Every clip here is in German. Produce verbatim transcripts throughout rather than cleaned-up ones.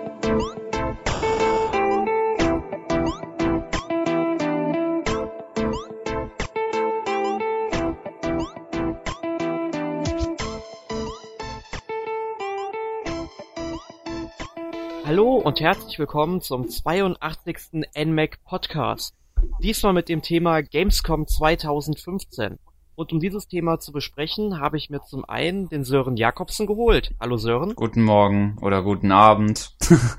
Hallo und herzlich willkommen zum zweiundachtzigsten N M A C Podcast. Diesmal mit dem Thema Gamescom zwanzig fünfzehn. Und um dieses Thema zu besprechen, habe ich mir zum einen den Sören Jakobsen geholt. Hallo Sören. Guten Morgen oder guten Abend.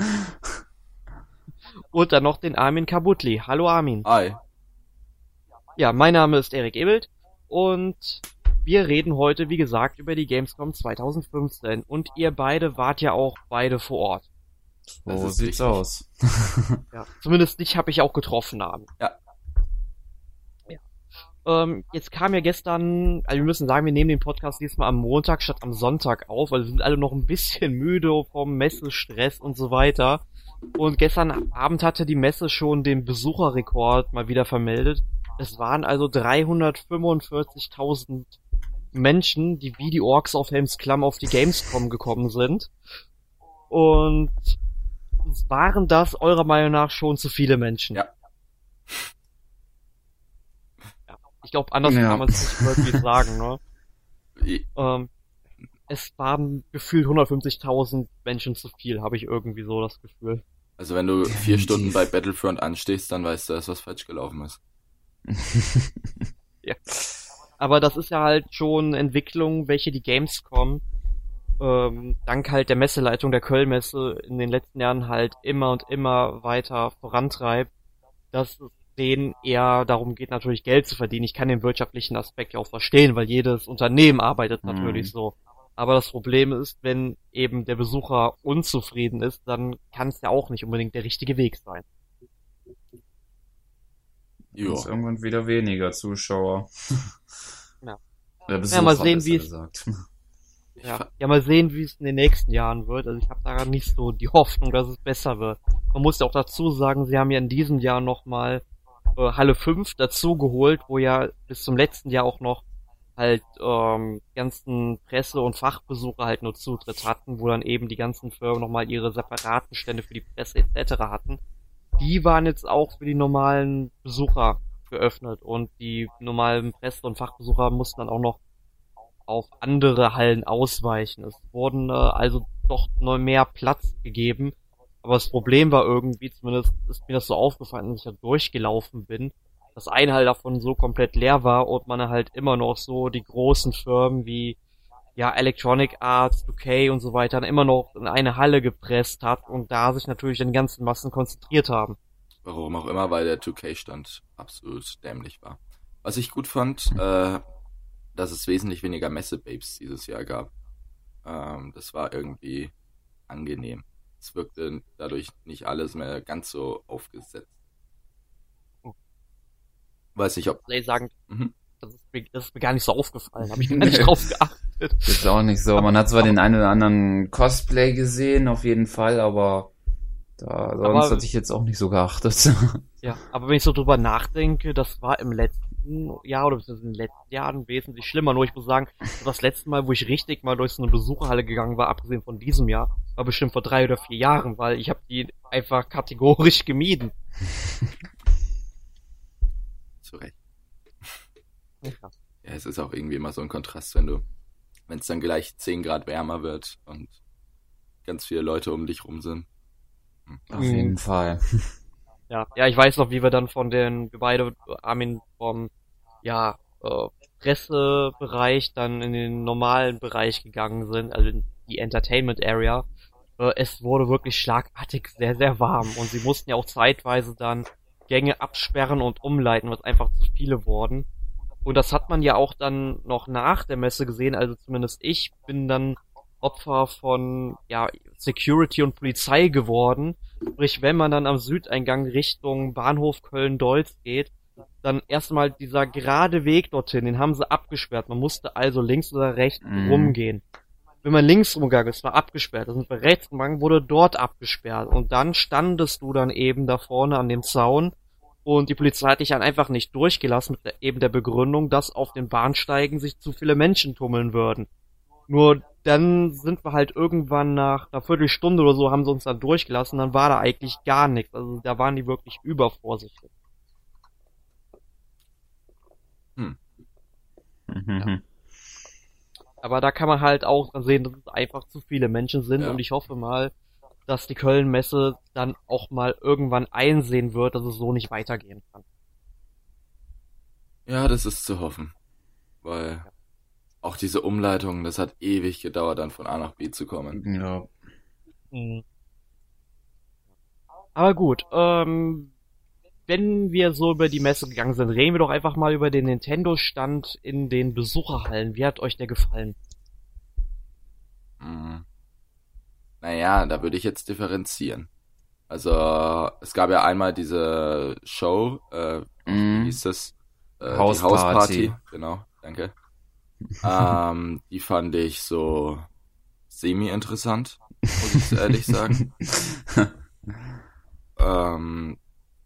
Und dann noch den Armin Kabutli. Hallo Armin. Hi. Ja, mein Name ist Erik Ebelt und wir reden heute, wie gesagt, über die Gamescom zwanzig fünfzehn. Und ihr beide wart ja auch beide vor Ort. So sieht's aus. Ja, zumindest dich habe ich auch getroffen, Armin. Ja. ja. Ähm, jetzt kam ja gestern, also wir müssen sagen, wir nehmen den Podcast diesmal am Montag statt am Sonntag auf, weil wir sind alle noch ein bisschen müde vom Messestress und so weiter. Und gestern Abend hatte die Messe schon den Besucherrekord mal wieder vermeldet. Es waren also dreihundertfünfundvierzigtausend Menschen, die wie die Orks auf Helms Klamm auf die Gamescom gekommen sind. Und waren das eurer Meinung nach schon zu viele Menschen? Ja. ja ich glaube, anders ja. kann man es nicht wirklich sagen, ne? ähm, es waren gefühlt hundertfünfzigtausend Menschen zu viel, habe ich irgendwie so das Gefühl. Also wenn du vier Stunden bei Battlefront anstehst, dann weißt du, dass was falsch gelaufen ist. ja. Aber das ist ja halt schon eine Entwicklung, welche die Gamescom Ähm, dank halt der Messeleitung der Köln-Messe in den letzten Jahren halt immer und immer weiter vorantreibt, dass es denen eher darum geht, natürlich Geld zu verdienen. Ich kann den wirtschaftlichen Aspekt ja auch verstehen, weil jedes Unternehmen arbeitet natürlich Mhm. so. Aber das Problem ist, wenn eben der Besucher unzufrieden ist, dann kann es ja auch nicht unbedingt der richtige Weg sein. Jo. Ist irgendwann wieder weniger Zuschauer. Ja. Oder Ja, mal sehen, besser wie es- gesagt. Ja, ja, mal sehen, wie es in den nächsten Jahren wird. Also ich habe da nicht so die Hoffnung, dass es besser wird. Man muss ja auch dazu sagen, sie haben ja in diesem Jahr nochmal äh, Halle fünf dazu geholt, wo ja bis zum letzten Jahr auch noch halt ähm, ganzen Presse- und Fachbesucher halt nur Zutritt hatten, wo dann eben die ganzen Firmen nochmal ihre separaten Stände für die Presse et cetera hatten. Die waren jetzt auch für die normalen Besucher geöffnet und die normalen Presse- und Fachbesucher mussten dann auch noch auf andere Hallen ausweichen. Es wurden äh, also doch noch mehr Platz gegeben. Aber das Problem war irgendwie, zumindest ist mir das so aufgefallen, als ich da durchgelaufen bin, dass ein Hall davon so komplett leer war und man halt immer noch so die großen Firmen wie ja Electronic Arts, zwei K und so weiter immer noch in eine Halle gepresst hat und da sich natürlich dann die ganzen Massen konzentriert haben. Warum auch immer, weil der zwei K-Stand absolut dämlich war. Was ich gut fand, äh, dass es wesentlich weniger Messe-Babes dieses Jahr gab. Ähm, das war irgendwie angenehm. Es wirkte dadurch nicht alles mehr ganz so aufgesetzt. Weiß nicht, ob... Soll ich sagen, Mhm. das ist, mir, das ist mir gar nicht so aufgefallen, habe ich gar nicht drauf geachtet. Ist auch nicht so. Man hat zwar den einen oder anderen Cosplay gesehen, auf jeden Fall, aber da sonst Aber- hatte ich jetzt auch nicht so geachtet. Ja, aber wenn ich so drüber nachdenke, das war im letzten Jahr oder beziehungsweise in den letzten Jahren wesentlich schlimmer. Nur ich muss sagen, das letzte Mal, wo ich richtig mal durch so eine Besucherhalle gegangen war, abgesehen von diesem Jahr, war bestimmt vor drei oder vier Jahren, weil ich habe die einfach kategorisch gemieden. Zu Recht. Ja. Ja, es ist auch irgendwie immer so ein Kontrast, wenn du, wenn es dann gleich zehn Grad wärmer wird und ganz viele Leute um dich rum sind. Auf jeden Fall. Ja, ja, ich weiß noch, wie wir dann von den, wir beide, Armin, vom, ja, äh, Pressebereich dann in den normalen Bereich gegangen sind, also in die Entertainment Area. Äh, es wurde wirklich schlagartig sehr, sehr warm und sie mussten ja auch zeitweise dann Gänge absperren und umleiten, was einfach zu viele wurden. Und das hat man ja auch dann noch nach der Messe gesehen, also zumindest ich bin dann Opfer von, ja, Security und Polizei geworden. Sprich, wenn man dann am Südeingang Richtung Bahnhof Köln-Deutz geht, dann erstmal dieser gerade Weg dorthin, den haben sie abgesperrt. Man musste also links oder rechts Mhm. rumgehen. Wenn man links rumgegangen ist, war abgesperrt. Dann sind wir rechts rumgegangen, wurde dort abgesperrt. Und dann standest du dann eben da vorne an dem Zaun und die Polizei hat dich dann einfach nicht durchgelassen mit der, eben der Begründung, dass auf den Bahnsteigen sich zu viele Menschen tummeln würden. Nur dann sind wir halt irgendwann nach einer Viertelstunde oder so, haben sie uns dann durchgelassen, dann war da eigentlich gar nichts. Also da waren die wirklich übervorsichtig. Hm. Mhm. Aber da kann man halt auch sehen, dass es einfach zu viele Menschen sind Ja. und ich hoffe mal, dass die Köln-Messe dann auch mal irgendwann einsehen wird, dass es so nicht weitergehen kann. Ja, das ist zu hoffen. Weil auch diese Umleitung, das hat ewig gedauert, dann von A nach B zu kommen. Ja. Mhm. Aber gut, ähm, wenn wir so über die Messe gegangen sind, reden wir doch einfach mal über den Nintendo-Stand in den Besucherhallen. Wie hat euch der gefallen? Mhm. Naja, da würde ich jetzt differenzieren. Also, es gab ja einmal diese Show, äh, Mhm. wie hieß das? Äh, die Hausparty. Hausparty, genau, danke. ähm, die fand ich so semi-interessant, muss ich ehrlich sagen. ähm,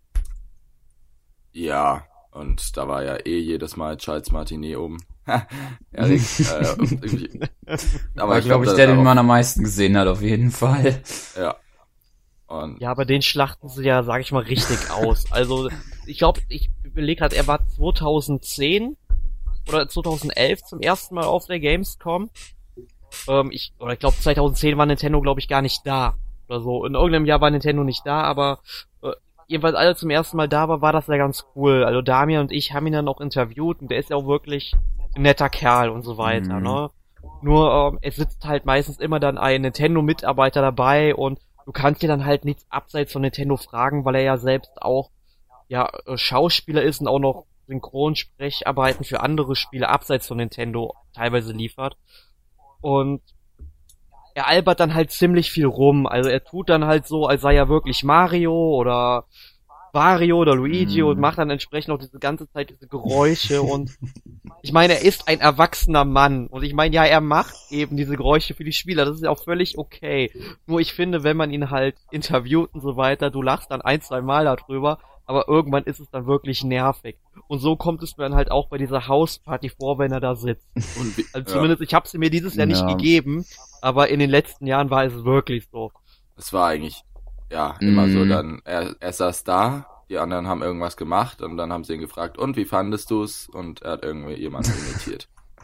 ja, und da war ja eh jedes Mal Charles Martinet oben. Erik, äh, und irgendwie, aber War, ich glaube ich, glaub, der, den darauf- man am meisten gesehen hat, auf jeden Fall. Ja. Und Ja, aber den schlachten sie ja, sag ich mal, richtig aus. Also, ich glaube, ich überlege gerade, er war zweitausendzehn oder zweitausendelf zum ersten Mal auf der Gamescom. Ähm, ich, oder ich glaube, zweitausendzehn war Nintendo, glaube ich, gar nicht da. Oder so. In irgendeinem Jahr war Nintendo nicht da, aber äh, jedenfalls, als er zum ersten Mal da war, war das ja ganz cool. Also Damian und ich haben ihn dann auch interviewt und der ist ja auch wirklich ein netter Kerl und so weiter, Mhm. ne? Nur, ähm, es sitzt halt meistens immer dann ein Nintendo-Mitarbeiter dabei und du kannst dir dann halt nichts abseits von Nintendo fragen, weil er ja selbst auch ja äh, Schauspieler ist und auch noch Synchronsprecharbeiten für andere Spiele abseits von Nintendo teilweise liefert. Und er albert dann halt ziemlich viel rum. Also er tut dann halt so, als sei er wirklich Mario oder Wario oder Luigi Mhm. und macht dann entsprechend auch diese ganze Zeit diese Geräusche und ich meine, er ist ein erwachsener Mann und ich meine, ja, er macht eben diese Geräusche für die Spieler, das ist ja auch völlig okay. Nur ich finde, wenn man ihn halt interviewt und so weiter, du lachst dann ein, zwei Mal darüber, aber irgendwann ist es dann wirklich nervig. Und so kommt es mir dann halt auch bei dieser Hausparty vor, wenn er da sitzt. Und wie, Also ja, zumindest, ich habe sie mir dieses Jahr nicht Ja. gegeben, aber in den letzten Jahren war es wirklich so. es war eigentlich, ja, immer so Mhm. dann, er, er saß da, die anderen haben irgendwas gemacht und dann haben sie ihn gefragt, und wie fandest du's? Und er hat irgendwie jemanden imitiert.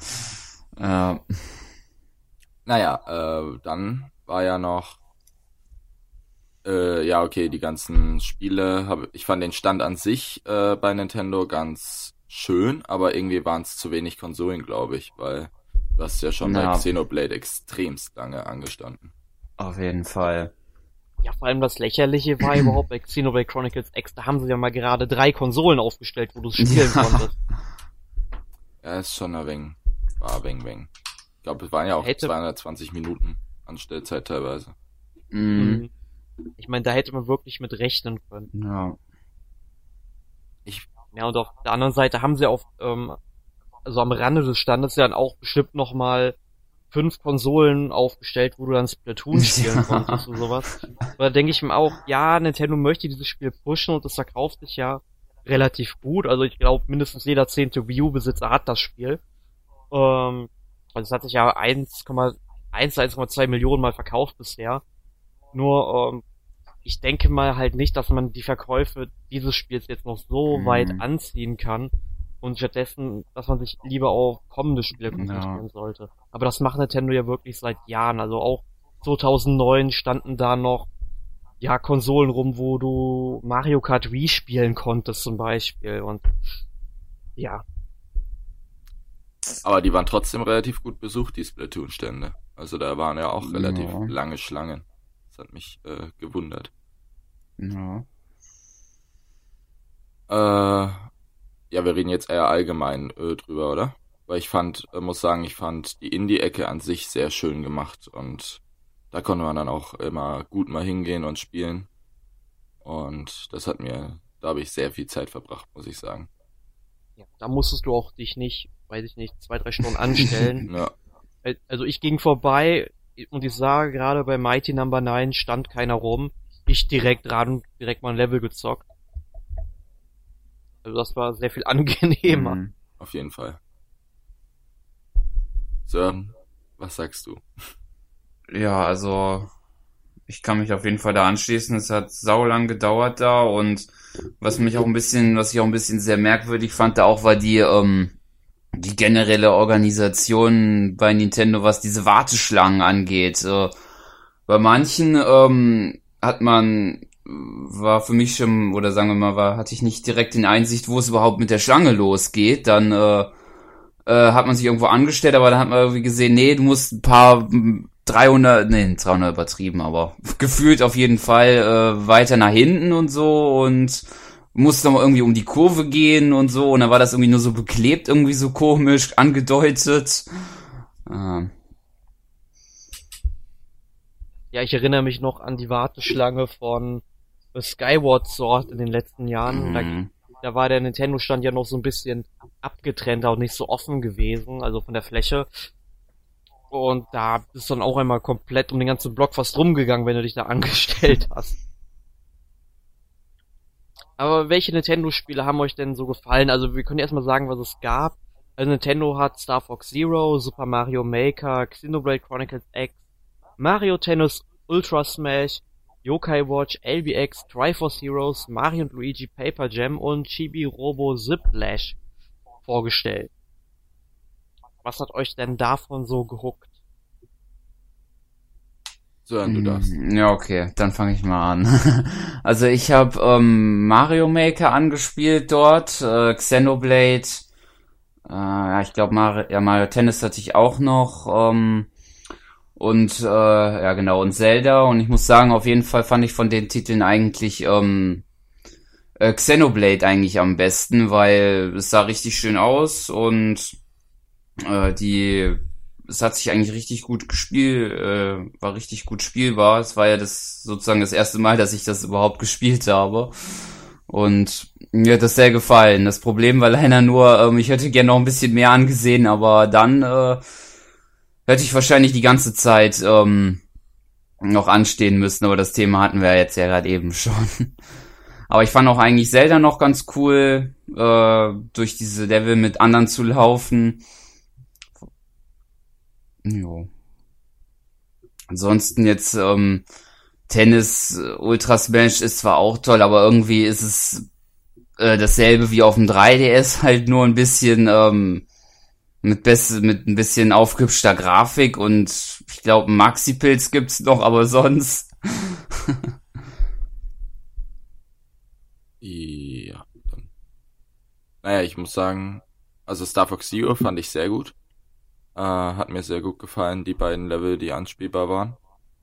Ja. Naja, äh, dann war ja noch, äh, ja, okay, die ganzen Spiele, hab, ich fand den Stand an sich äh, bei Nintendo ganz schön, aber irgendwie waren es zu wenig Konsolen, glaube ich, weil du hast ja schon Ja. bei Xenoblade extremst lange angestanden. Auf jeden Fall. Ja, vor allem das Lächerliche war überhaupt bei Xenoblade Chronicles X, da haben sie ja mal gerade drei Konsolen aufgestellt, wo du es spielen Ja. konntest. Ja, ist schon ein wenig, war ein wenig, wenig. Ich glaube, es waren ja auch Hätte- zweihundertzwanzig Minuten Anstellzeit teilweise. Mhm. Ich meine, da hätte man wirklich mit rechnen können. Ja. Ich, Ja, und auf der anderen Seite haben sie auf, ähm, also am Rande des Standes ja dann auch bestimmt nochmal fünf Konsolen aufgestellt, wo du dann Splatoon spielen Ja. konntest und sowas. Da denke ich mir auch, ja, Nintendo möchte dieses Spiel pushen und das verkauft sich ja relativ gut. Also ich glaube, mindestens jeder zehnte Wii U-Besitzer hat das Spiel. Ähm, also es hat sich ja eins Komma eins, eins Komma zwei Millionen mal verkauft bisher. Nur, ähm, ich denke mal halt nicht, dass man die Verkäufe dieses Spiels jetzt noch so Mhm. weit anziehen kann und stattdessen, dass man sich lieber auf kommende Spiele konzentrieren Ja. sollte. Aber das macht Nintendo ja wirklich seit Jahren. Also auch zweitausendneun standen da noch ja Konsolen rum, wo du Mario Kart Wii spielen konntest zum Beispiel und ja, aber die waren trotzdem relativ gut besucht, die Splatoon-Stände. Also da waren ja auch relativ Ja. lange Schlangen. Das hat mich äh, gewundert. Ja. Äh, ja, wir reden jetzt eher allgemein äh, drüber, oder? Weil ich fand, äh, muss sagen, ich fand die Indie-Ecke an sich sehr schön gemacht und da konnte man dann auch immer gut mal hingehen und spielen. Und das hat mir, da habe ich sehr viel Zeit verbracht, muss ich sagen. ja, da musstest du auch dich nicht, weiß ich nicht, zwei, drei Stunden anstellen. Ja, Also ich ging vorbei und ich sah gerade bei Mighty Number neun stand keiner rum. Ich direkt ran, direkt mal ein Level gezockt. Also das war sehr viel angenehmer. Mhm. auf jeden Fall. Sören, Was sagst du? Ja, also ich kann mich auf jeden Fall da anschließen. Es hat saulang gedauert da und was mich auch ein bisschen, was ich auch ein bisschen sehr merkwürdig fand, da auch war die ähm, die generelle Organisation bei Nintendo, was diese Warteschlangen angeht. Äh, bei manchen ähm, hat man war für mich schon, oder sagen wir mal, war hatte ich nicht direkt in Einsicht, wo es überhaupt mit der Schlange losgeht. Dann äh, äh, hat man sich irgendwo angestellt, aber dann hat man irgendwie gesehen, nee, du musst ein paar dreihundert, nee, dreihundert übertrieben, aber gefühlt auf jeden Fall äh, weiter nach hinten und so und musste noch irgendwie um die Kurve gehen und so und dann war das irgendwie nur so beklebt, irgendwie so komisch angedeutet. Ähm. Ja, ich erinnere mich noch an die Warteschlange von Skyward Sword in den letzten Jahren. Mhm. Da, da war der Nintendo-Stand ja noch so ein bisschen abgetrennter und nicht so offen gewesen, also von der Fläche. Und da bist du dann auch einmal komplett um den ganzen Block fast rumgegangen, wenn du dich da angestellt hast. Aber welche Nintendo-Spiele haben euch denn so gefallen? Also wir können erstmal sagen, was es gab. Also Nintendo hat Star Fox Zero, Super Mario Maker, Xenoblade Chronicles X, Mario Tennis Ultra Smash, Yokai Watch, L B X, Triforce Heroes, Mario und Luigi Paper Jam und Chibi Robo Ziplash vorgestellt. Was hat euch denn davon so gehuckt? Sören, du darfst. Ja, okay, dann fange ich mal an. Also ich habe ähm, Mario Maker angespielt dort, äh, Xenoblade, äh, ja, ich glaube Mario, ja, Mario Tennis hatte ich auch noch, ähm, und äh, ja genau, und Zelda, und ich muss sagen, auf jeden Fall fand ich von den Titeln eigentlich ähm, äh, Xenoblade eigentlich am besten, weil es sah richtig schön aus und äh, die es hat sich eigentlich richtig gut gespielt, äh, war richtig gut spielbar. Es war ja das sozusagen das erste Mal, dass ich das überhaupt gespielt habe. Und mir hat das sehr gefallen. Das Problem war leider nur, ähm, ich hätte gerne noch ein bisschen mehr angesehen, aber dann äh, hätte ich wahrscheinlich die ganze Zeit ähm, noch anstehen müssen, aber das Thema hatten wir ja jetzt ja gerade eben schon. Aber ich fand auch eigentlich Zelda noch ganz cool, äh, durch diese Level mit anderen zu laufen. Jo. Ansonsten jetzt ähm, Tennis Ultra Smash ist zwar auch toll, aber irgendwie ist es äh, dasselbe wie auf dem drei D S, halt nur ein bisschen ähm, mit bess- mit ein bisschen aufgehübschter Grafik und ich glaube Maxi-Pilz gibt's noch, aber sonst Ja, dann. Naja, ich muss sagen, also Star Fox Zero fand ich sehr gut. Äh, hat mir sehr gut gefallen, die beiden Level, die anspielbar waren.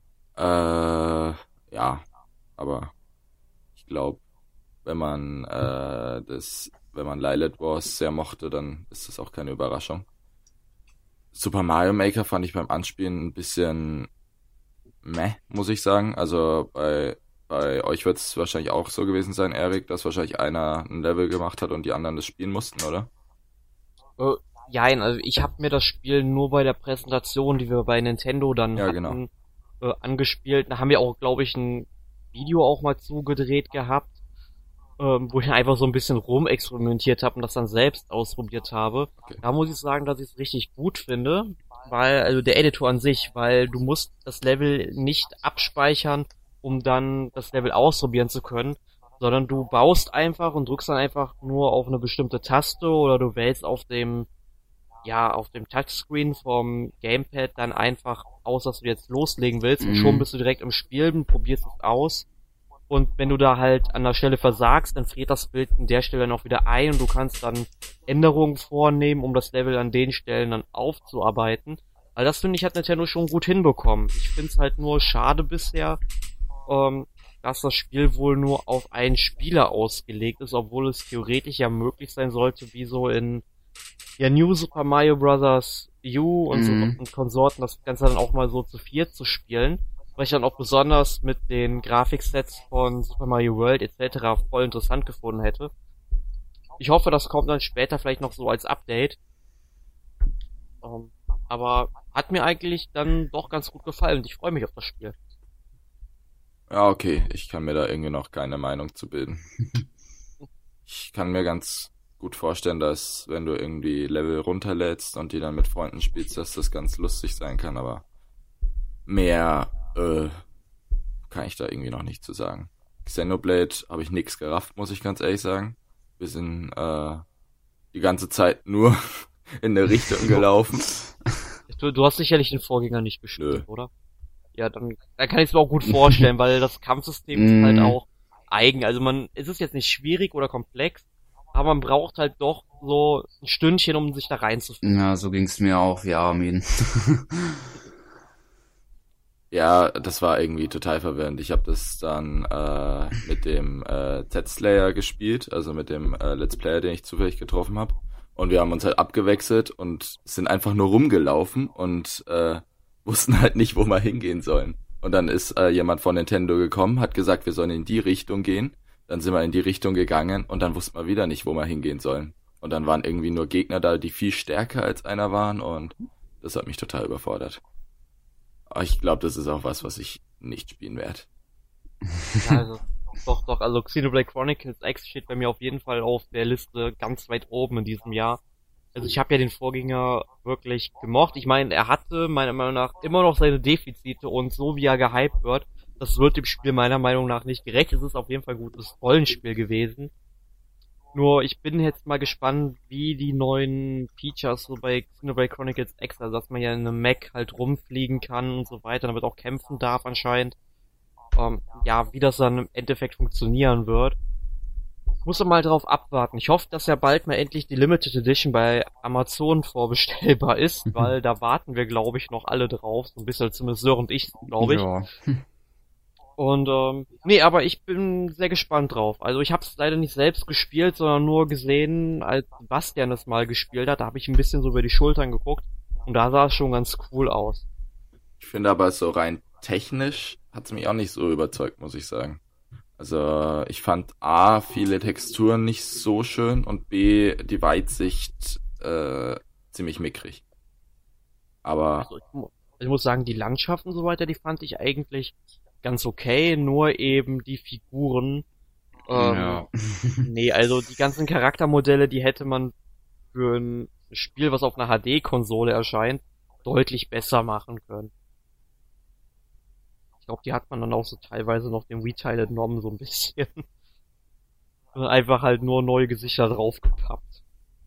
Äh, ja, aber ich glaube, wenn man äh, das, wenn man Lilith Wars sehr mochte, dann ist das auch keine Überraschung. Super Mario Maker fand ich beim Anspielen ein bisschen meh, muss ich sagen. Also bei bei euch wird es wahrscheinlich auch so gewesen sein, Erik, dass wahrscheinlich einer ein Level gemacht hat und die anderen das spielen mussten, oder? Äh, Jein, also ich habe mir das Spiel nur bei der Präsentation, die wir bei Nintendo dann Ja, hatten, genau. äh, angespielt. Da haben wir auch, glaube ich, ein Video auch mal zugedreht gehabt, ähm, wo ich einfach so ein bisschen rumexperimentiert habe und das dann selbst ausprobiert habe. Okay. Da muss ich sagen, dass ich es richtig gut finde, weil, also der Editor an sich, weil du musst das Level nicht abspeichern, um dann das Level ausprobieren zu können, sondern du baust einfach und drückst dann einfach nur auf eine bestimmte Taste oder du wählst auf dem ja, auf dem Touchscreen vom Gamepad dann einfach aus, dass du jetzt loslegen willst, und Mhm. schon bist du direkt im Spiel und probierst es aus. Und wenn du da halt an der Stelle versagst, dann friert das Bild an der Stelle dann auch wieder ein und du kannst dann Änderungen vornehmen, um das Level an den Stellen dann aufzuarbeiten. Also das finde ich hat Nintendo schon gut hinbekommen. Ich finde es halt nur schade bisher, ähm, dass das Spiel wohl nur auf einen Spieler ausgelegt ist, obwohl es theoretisch ja möglich sein sollte, wie so in ja, New Super Mario Bros. U und, Mhm. so, und Konsorten, das Ganze dann auch mal so zu viert zu spielen, was ich dann auch besonders mit den Grafiksets von Super Mario World et cetera voll interessant gefunden hätte. Ich hoffe, das kommt dann später vielleicht noch so als Update. Ähm, aber hat mir eigentlich dann doch ganz gut gefallen und ich freue mich auf das Spiel. Ja, okay, ich kann mir da irgendwie noch keine Meinung zu bilden. Ich kann mir ganz gut vorstellen, dass wenn du irgendwie Level runterlädst und die dann mit Freunden spielst, dass das ganz lustig sein kann, aber mehr äh, kann ich da irgendwie noch nicht zu sagen. Xenoblade habe ich nix gerafft, muss ich ganz ehrlich sagen. Wir sind äh, die ganze Zeit nur in der Richtung gelaufen. Du, du hast sicherlich den Vorgänger nicht gespielt, Nö. oder? Ja, dann, dann kann ich es mir auch gut vorstellen, weil das Kampfsystem ist halt auch eigen. Also man, es ist jetzt nicht schwierig oder komplex, aber man braucht halt doch so ein Stündchen, um sich da reinzufinden. Ja, so ging's mir auch, wie Armin. Ja, das war irgendwie total verwirrend. Ich habe das dann äh, mit dem äh, Z-Slayer gespielt, also mit dem äh, Let's Player, den ich zufällig getroffen habe. Und wir haben uns halt abgewechselt und sind einfach nur rumgelaufen und äh, wussten halt nicht, wo wir hingehen sollen. Und dann ist äh, jemand von Nintendo gekommen, hat gesagt, wir sollen in die Richtung gehen. Dann sind wir in die Richtung gegangen und dann wussten wir wieder nicht, wo wir hingehen sollen. Und dann waren irgendwie nur Gegner da, die viel stärker als einer waren und das hat mich total überfordert. Aber ich glaube, das ist auch was, was ich nicht spielen werde. Ja, also, doch, doch, also Xenoblade Chronicles X steht bei mir auf jeden Fall auf der Liste ganz weit oben in diesem Jahr. Also ich habe ja den Vorgänger wirklich gemocht. Ich meine, er hatte meiner Meinung nach immer noch seine Defizite und so wie er gehypt wird, das wird dem Spiel meiner Meinung nach nicht gerecht. Es ist auf jeden Fall ein gutes Rollenspiel gewesen. Nur ich bin jetzt mal gespannt, wie die neuen Features so bei Xenoblade Chronicles X, also dass man ja in einem Mech halt rumfliegen kann und so weiter, damit auch kämpfen darf anscheinend. Ähm, ja, wie das dann im Endeffekt funktionieren wird. Ich muss mal drauf abwarten. Ich hoffe, dass ja bald mal endlich die Limited Edition bei Amazon vorbestellbar ist, weil da warten wir, glaube ich, noch alle drauf. So ein bisschen, zumindest Sören und ich, glaube ich. Ja. Und ähm, nee, aber ich bin sehr gespannt drauf. Also ich habe es leider nicht selbst gespielt, sondern nur gesehen, als Bastian es mal gespielt hat. Da habe ich ein bisschen so über die Schultern geguckt und da sah es schon ganz cool aus. Ich finde aber so rein technisch hat es mich auch nicht so überzeugt, muss ich sagen. Also ich fand A, viele Texturen nicht so schön und B, die Weitsicht äh, ziemlich mickrig. Aber Also ich, mu- ich muss sagen, die Landschaften und so weiter, die fand ich eigentlich ganz okay, nur eben die Figuren. Ähm, Ja. Nee, also die ganzen Charaktermodelle, die hätte man für ein Spiel, was auf einer H D-Konsole erscheint, deutlich besser machen können. Ich glaube, die hat man dann auch so teilweise noch den Retail entnommen, so ein bisschen. Und einfach halt nur neue Gesichter draufgepappt.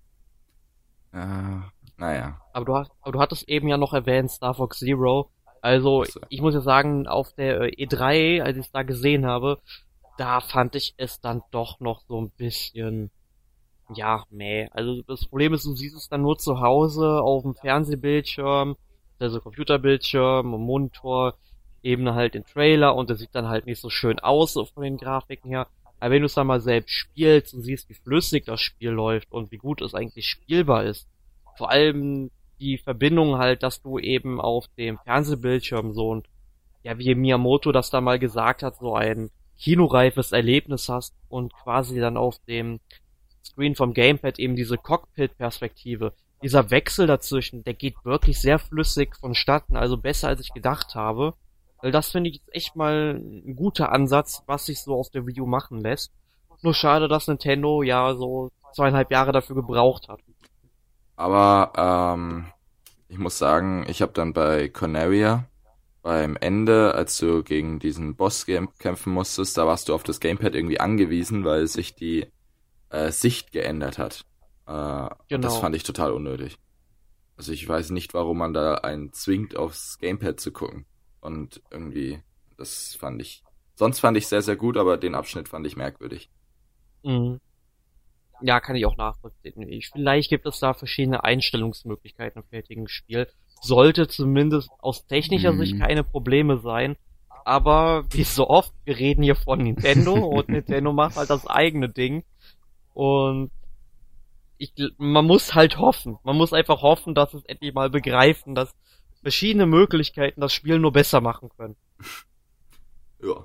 äh, naja. Aber du hast, aber du hattest eben ja noch erwähnt, Star Fox Zero. Also, Ach so. ich muss ja sagen, auf der äh, E drei, als ich es da gesehen habe, da fand ich es dann doch noch so ein bisschen, ja, meh. Also, das Problem ist, du siehst es dann nur zu Hause auf dem Fernsehbildschirm, also Computerbildschirm und Monitor, eben halt den Trailer und der sieht dann halt nicht so schön aus, so von den Grafiken her. Aber wenn du es dann mal selbst spielst und siehst, wie flüssig das Spiel läuft und wie gut es eigentlich spielbar ist, vor allem die Verbindung halt, dass du eben auf dem Fernsehbildschirm so und ja, wie Miyamoto das da mal gesagt hat, so ein kinoreifes Erlebnis hast und quasi dann auf dem Screen vom Gamepad eben diese Cockpit-Perspektive. Dieser Wechsel dazwischen, der geht wirklich sehr flüssig vonstatten, also besser als ich gedacht habe. Weil das finde ich jetzt echt mal ein guter Ansatz, was sich so auf der Wii U machen lässt. Nur schade, dass Nintendo ja so zweieinhalb Jahre dafür gebraucht hat. Aber ähm, ich muss sagen, ich habe dann bei Corneria beim Ende, als du gegen diesen Boss gäm- kämpfen musstest, da warst du auf das Gamepad irgendwie angewiesen, weil sich die äh, Sicht geändert hat. Äh, und Genau. das fand ich total unnötig. Also ich weiß nicht, warum man da einen zwingt, aufs Gamepad zu gucken. Und irgendwie, das fand ich, sonst fand ich sehr, sehr gut, aber den Abschnitt fand ich merkwürdig. Mhm. Ja, kann ich auch nachvollziehen. Ich, vielleicht gibt es da verschiedene Einstellungsmöglichkeiten im fertigen Spiel. Sollte zumindest aus technischer Mhm. Sicht keine Probleme sein. Aber wie so oft, wir reden hier von Nintendo und Nintendo macht halt das eigene Ding. Und ich, gl- man muss halt hoffen. Man muss einfach hoffen, dass es endlich mal begreifen, dass verschiedene Möglichkeiten das Spiel nur besser machen können. Ja.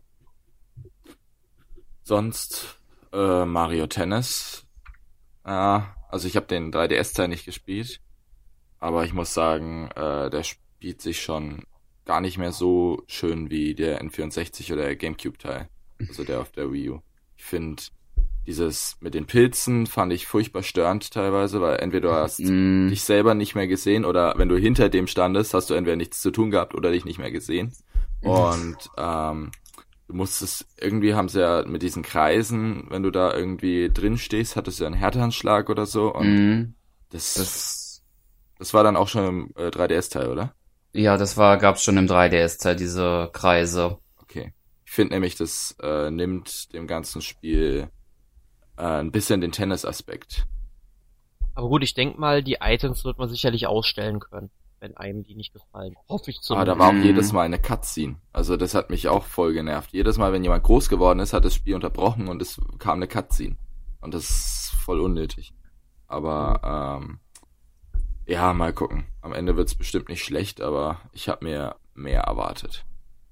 Sonst äh, Mario Tennis. Ja, also ich habe den drei D S-Teil nicht gespielt, aber ich muss sagen, äh, der spielt sich schon gar nicht mehr so schön wie der N vierundsechzig oder der GameCube-Teil, also der auf der Wii U. Ich finde, dieses mit den Pilzen fand ich furchtbar störend teilweise, weil entweder du hast Mm. dich selber nicht mehr gesehen oder wenn du hinter dem standest, hast du entweder nichts zu tun gehabt oder dich nicht mehr gesehen. Und ähm, du musstest, irgendwie haben sie ja mit diesen Kreisen, wenn du da irgendwie drin stehst, hattest du ja einen Härtehandschlag oder so. Und Mm. das, Das, das war dann auch schon im äh, drei D S-Teil, oder? ja, das war, gab's schon im drei D S-Teil, diese Kreise. Okay. Ich finde nämlich, das äh, nimmt dem ganzen Spiel äh, ein bisschen den Tennis-Aspekt. Aber gut, ich denke mal, die Items wird man sicherlich ausstellen können, wenn einem die nicht gefallen. Hoffe ich Ah, zumindest. da war auch Mhm. jedes Mal eine Cutscene. Also das hat mich auch voll genervt. Jedes Mal, wenn jemand groß geworden ist, hat das Spiel unterbrochen und es kam eine Cutscene. Und das ist voll unnötig. Aber ähm, ja, mal gucken. Am Ende wird's bestimmt nicht schlecht, aber ich habe mir mehr erwartet.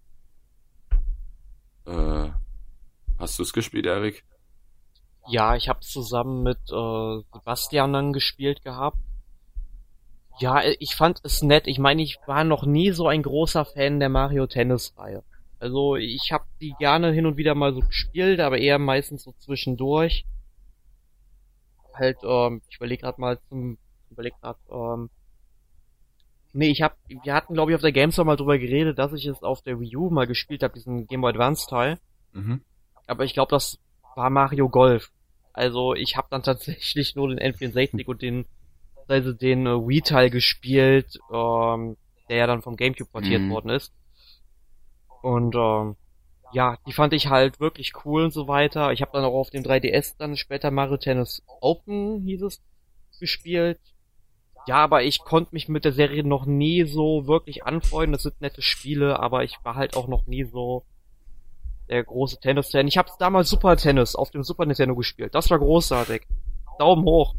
Äh, hast du es gespielt, Erik? Ja, ich habe zusammen mit äh, Sebastian dann gespielt gehabt. Ja, ich fand es nett. Ich meine, ich war noch nie so ein großer Fan der Mario Tennis Reihe. Also ich habe die gerne hin und wieder mal so gespielt, aber eher meistens so zwischendurch. Halt, ähm, ich überlege gerade mal zum, überleg grad, ähm, nee, ich hab, wir hatten glaube ich auf der Gamescom mal drüber geredet, dass ich es auf der Wii U mal gespielt habe, diesen Game Boy Advance Teil. Mhm. Aber ich glaube, das war Mario Golf. Also ich habe dann tatsächlich nur den N vierundsechzig und den also den äh, Wii-Teil gespielt, ähm, der ja dann vom GameCube portiert Mhm. worden ist. Und ähm, ja, die fand ich halt wirklich cool und so weiter. Ich habe dann auch auf dem drei D S dann später Mario Tennis Open, hieß es, gespielt. Ja, aber ich konnte mich mit der Serie noch nie so wirklich anfreunden. Das sind nette Spiele, aber ich war halt auch noch nie so der große Tennis-Fan. Ich habe damals Super Tennis auf dem Super Nintendo gespielt. Das war großartig. Daumen hoch.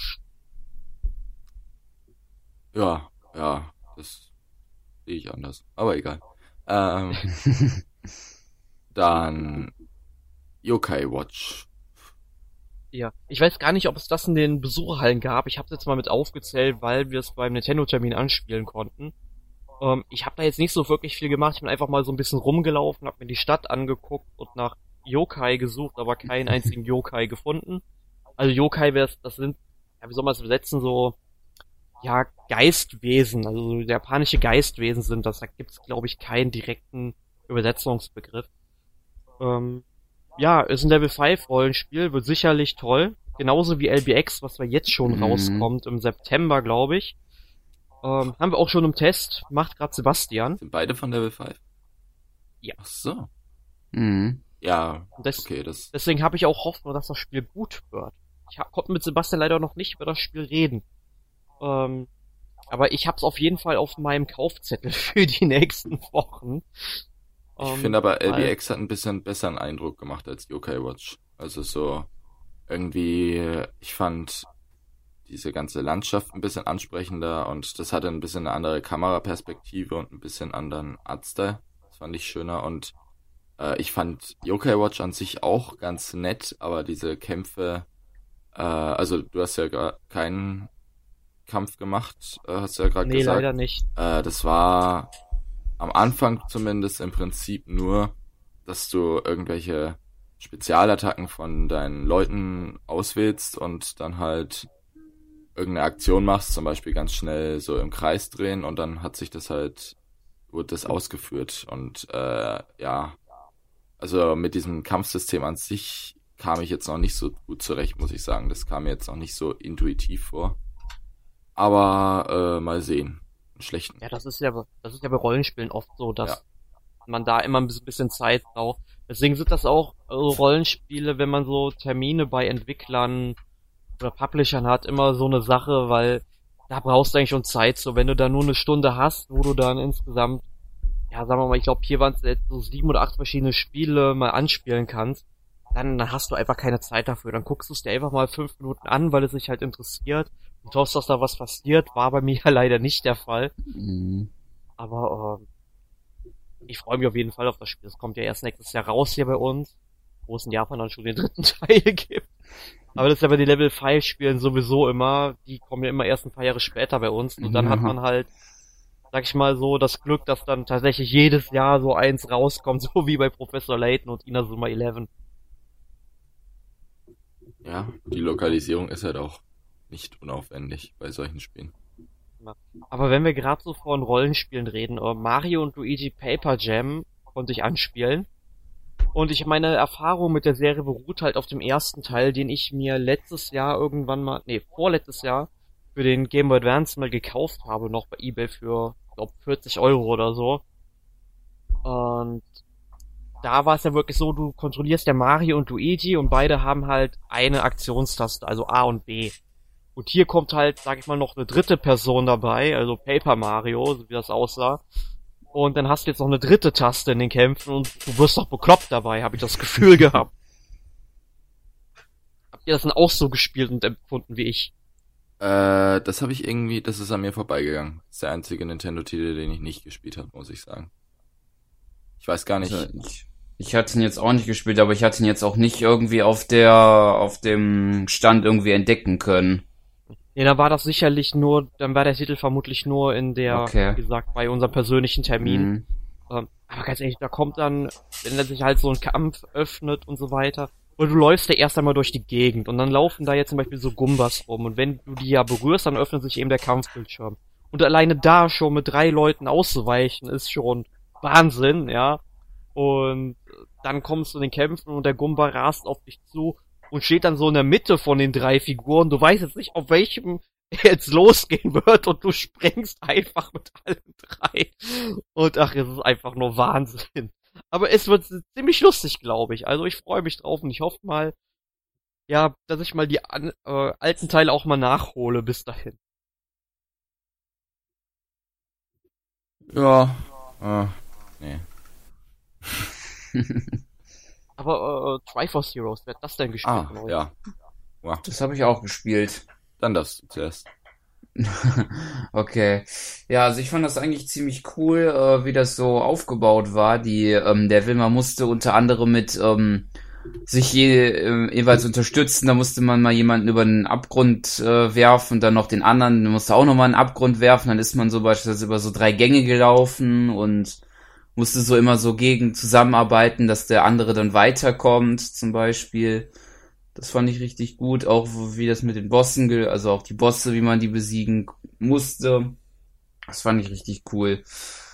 Ja, ja, das sehe ich anders. Aber egal. Ähm, dann Yokai Watch. Ja, ich weiß gar nicht, ob es das in den Besucherhallen gab. Ich habe es jetzt mal mit aufgezählt, weil wir es beim Nintendo-Termin anspielen konnten. Ähm, ich habe da jetzt nicht so wirklich viel gemacht. Ich bin einfach mal so ein bisschen rumgelaufen, habe mir die Stadt angeguckt und nach Yokai gesucht, aber keinen einzigen Yokai gefunden. Also Yokai, wär's, das sind, ja, wie soll man es übersetzen, so, ja, Geistwesen, also so japanische Geistwesen sind das. Da gibt's, glaube ich, keinen direkten Übersetzungsbegriff. Ähm, ja, ist ein Level fünf Rollenspiel, wird sicherlich toll. Genauso wie L B X, was wir jetzt schon Mhm. rauskommt im September, glaube ich. Ähm, haben wir auch schon im Test, macht gerade Sebastian. Sind beide von Level fünf? Ja. Ach so. Mhm. Ja, Und des, okay, das. deswegen habe ich auch Hoffnung, dass das Spiel gut wird. Ich hab, konnte mit Sebastian leider noch nicht über das Spiel reden. Ähm, aber ich hab's auf jeden Fall auf meinem Kaufzettel für die nächsten Wochen. Ich Ähm, finde aber weil- L B X hat ein bisschen besseren Eindruck gemacht als Yokai Watch. Also so irgendwie, ich fand diese ganze Landschaft ein bisschen ansprechender und das hatte ein bisschen eine andere Kameraperspektive und ein bisschen anderen Artstyle. Das fand ich schöner und äh, ich fand Yokai Watch an sich auch ganz nett, aber diese Kämpfe, äh, also du hast ja gar keinen Kampf gemacht, äh, hast du ja gerade nee, gesagt. leider nicht. Äh, das war am Anfang zumindest im Prinzip nur, dass du irgendwelche Spezialattacken von deinen Leuten auswählst und dann halt irgendeine Aktion machst, zum Beispiel ganz schnell so im Kreis drehen und dann hat sich das halt, wurde das ausgeführt und äh, ja, also mit diesem Kampfsystem an sich kam ich jetzt noch nicht so gut zurecht, muss ich sagen. Das kam mir jetzt noch nicht so intuitiv vor. Aber äh, mal sehen. Einen schlechten. Ja, das ist ja, das ist ja bei Rollenspielen oft so, dass Ja. man da immer ein bisschen Zeit braucht. Deswegen sind das auch äh, Rollenspiele, wenn man so Termine bei Entwicklern oder Publishern hat, immer so eine Sache, weil da brauchst du eigentlich schon Zeit. So, wenn du da nur eine Stunde hast, wo du dann insgesamt, ja, sagen wir mal, ich glaube, hier waren es jetzt so sieben oder acht verschiedene Spiele mal anspielen kannst, dann, dann hast du einfach keine Zeit dafür. Dann guckst du es dir einfach mal fünf Minuten an, weil es dich halt interessiert und hoffst, dass da was passiert. War bei mir ja leider nicht der Fall. Mhm. Aber ähm, ich freue mich auf jeden Fall auf das Spiel. Es kommt ja erst nächstes Jahr raus hier bei uns, wo es in Japan dann schon den dritten Teil gibt. Aber das ist ja bei den Level fünf Spielen sowieso immer, die kommen ja immer erst ein paar Jahre später bei uns. Und dann Ja. hat man halt, sag ich mal so, das Glück, dass dann tatsächlich jedes Jahr so eins rauskommt, so wie bei Professor Layton und Inazuma elf. Ja, die Lokalisierung ist halt auch nicht unaufwendig bei solchen Spielen. Aber wenn wir gerade so von Rollenspielen reden, äh, Mario und Luigi Paper Jam konnte ich anspielen. Und ich meine Erfahrung mit der Serie beruht halt auf dem ersten Teil, den ich mir letztes Jahr irgendwann mal, nee, vorletztes Jahr für den Game Boy Advance mal gekauft habe, noch bei eBay für, glaub, vierzig Euro oder so. Und da war es ja wirklich so, du kontrollierst ja Mario und Luigi und beide haben halt eine Aktionstaste, also A und B. Und hier kommt halt, sag ich mal, noch eine dritte Person dabei, also Paper Mario, so wie das aussah. Und dann hast du jetzt noch eine dritte Taste in den Kämpfen und du wirst doch bekloppt dabei, habe ich das Gefühl gehabt. Habt ihr das dann auch so gespielt und empfunden wie ich? Äh, das habe ich irgendwie, das ist an mir vorbeigegangen. Das ist der einzige Nintendo-Titel, den ich nicht gespielt habe, muss ich sagen. Ich weiß gar nicht. Also ich, ich hatte ihn jetzt auch nicht gespielt, aber ich hatte ihn jetzt auch nicht irgendwie auf der, auf dem Stand irgendwie entdecken können. Ja, dann war das sicherlich nur, dann war der Titel vermutlich nur in der, Okay. wie gesagt, bei unserem persönlichen Termin. Mhm. Ähm, aber ganz ehrlich, da kommt dann, wenn er sich halt so ein Kampf öffnet und so weiter, und du läufst ja erst einmal durch die Gegend und dann laufen da jetzt zum Beispiel so Gumbas rum und wenn du die ja berührst, dann öffnet sich eben der Kampfbildschirm. Und alleine da schon mit drei Leuten auszuweichen, ist schon Wahnsinn, ja. Und dann kommst du in den Kämpfen und der Gumba rast auf dich zu und steht dann so in der Mitte von den drei Figuren. Du weißt jetzt nicht, auf welchem er jetzt losgehen wird und du sprengst einfach mit allen drei. Und ach, es ist einfach nur Wahnsinn. Aber es wird ziemlich lustig, glaube ich. Also ich freue mich drauf und ich hoffe mal, ja, dass ich mal die an, äh, alten Teile auch mal nachhole bis dahin. Ja, äh, nee. Aber äh, Triforce Heroes, wer hat das denn gespielt? Ah, von euch? ja. Wow. Das habe ich auch gespielt. Dann das du zuerst. Okay. Ja, also ich fand das eigentlich ziemlich cool, äh, wie das so aufgebaut war. Die, ähm, der Wilma musste unter anderem mit ähm, sich je, äh, jeweils unterstützen. Da musste man mal jemanden über den Abgrund äh, werfen, dann noch den anderen, dann musste auch nochmal einen Abgrund werfen. Dann ist man so beispielsweise über so drei Gänge gelaufen und musste so immer so gegen zusammenarbeiten, dass der andere dann weiterkommt, zum Beispiel. Das fand ich richtig gut, auch wie das mit den Bossen, ge- also auch die Bosse, wie man die besiegen musste. Das fand ich richtig cool.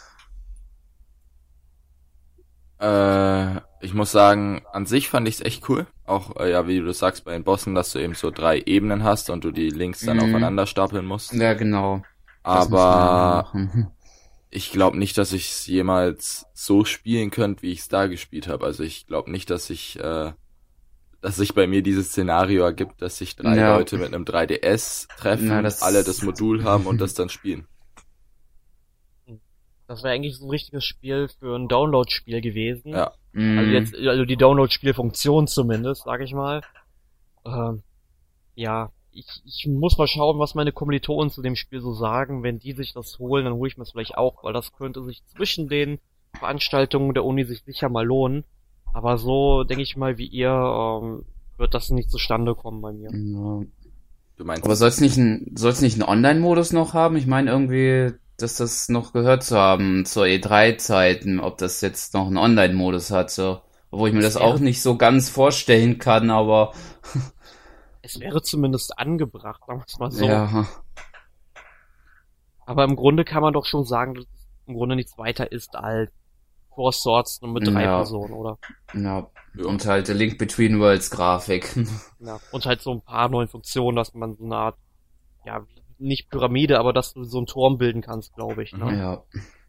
Äh, ich muss sagen, an sich fand ich es echt cool. Auch, äh, ja, wie du das sagst, bei den Bossen, dass du eben so drei Ebenen hast und du die Links dann Mhm. aufeinander stapeln musst. Ja, genau. Das muss man Aber machen. ich glaube nicht, dass ich es jemals so spielen könnte, wie ich es da gespielt habe. Also ich glaube nicht, dass ich, äh, dass sich bei mir dieses Szenario ergibt, dass sich drei Ja. Leute mit einem drei D S treffen, Na, das- alle das Modul haben und das dann spielen. Das wäre eigentlich so ein richtiges Spiel für ein Download-Spiel gewesen. Ja. Mhm. Also jetzt, also die Download-Spielfunktion zumindest, sag ich mal. Ähm, ja, ich, ich muss mal schauen, was meine Kommilitonen zu dem Spiel so sagen. Wenn die sich das holen, dann hole ich mir es vielleicht auch, weil das könnte sich zwischen den Veranstaltungen der Uni sich sicher mal lohnen. Aber so, denke ich mal, wie ihr, ähm, wird das nicht zustande kommen bei mir. Ja. Du meinst, Aber soll's nicht ein, soll's nicht einen Online-Modus noch haben? Ich meine irgendwie, dass das noch gehört zu haben zur E drei Zeiten, ob das jetzt noch einen Online-Modus hatte. Obwohl ich mir das Ja. auch nicht so ganz vorstellen kann, aber Es wäre zumindest angebracht, sagen wir es mal so. ja. Aber im Grunde kann man doch schon sagen, dass es im Grunde nichts weiter ist als Four Swords nur mit drei Ja. Personen, oder? Ja. Ja. Und halt der Link Between Worlds Grafik. Ja. Und halt so ein paar neue Funktionen, dass man so eine Art, ja, nicht Pyramide, aber dass du so einen Turm bilden kannst, glaube ich. Ne? Mhm. Ja.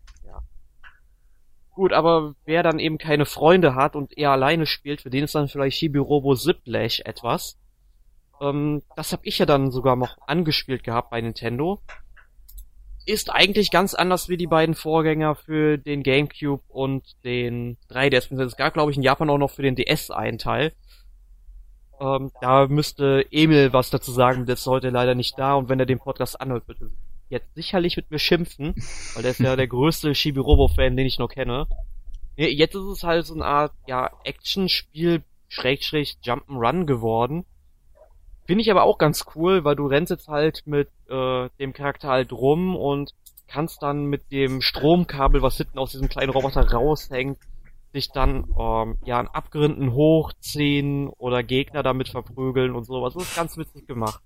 Gut, aber wer dann eben keine Freunde hat und eher alleine spielt, für den ist dann vielleicht Chibi-Robo Ziplash etwas. Ähm, das habe ich ja dann sogar noch angespielt gehabt bei Nintendo. Ist eigentlich ganz anders wie die beiden Vorgänger für den GameCube und den drei D S. Es gab, glaube ich, in Japan auch noch für den D S einen Teil. Ähm, da müsste Emil was dazu sagen, der ist heute leider nicht da und wenn er den Podcast anhört, wird er jetzt sicherlich mit mir schimpfen, weil der ist ja der größte Chibi-Robo-Fan, den ich noch kenne. Ja, jetzt ist es halt so eine Art, ja, Action-Spiel, Schrägstrich, Jump'n'Run geworden. Finde ich aber auch ganz cool, weil du rennst jetzt halt mit äh, dem Charakter halt rum und kannst dann mit dem Stromkabel, was hinten aus diesem kleinen Roboter raushängt, sich dann ähm, ja an Abgründen hochziehen oder Gegner damit verprügeln und sowas. Das ist ganz witzig gemacht.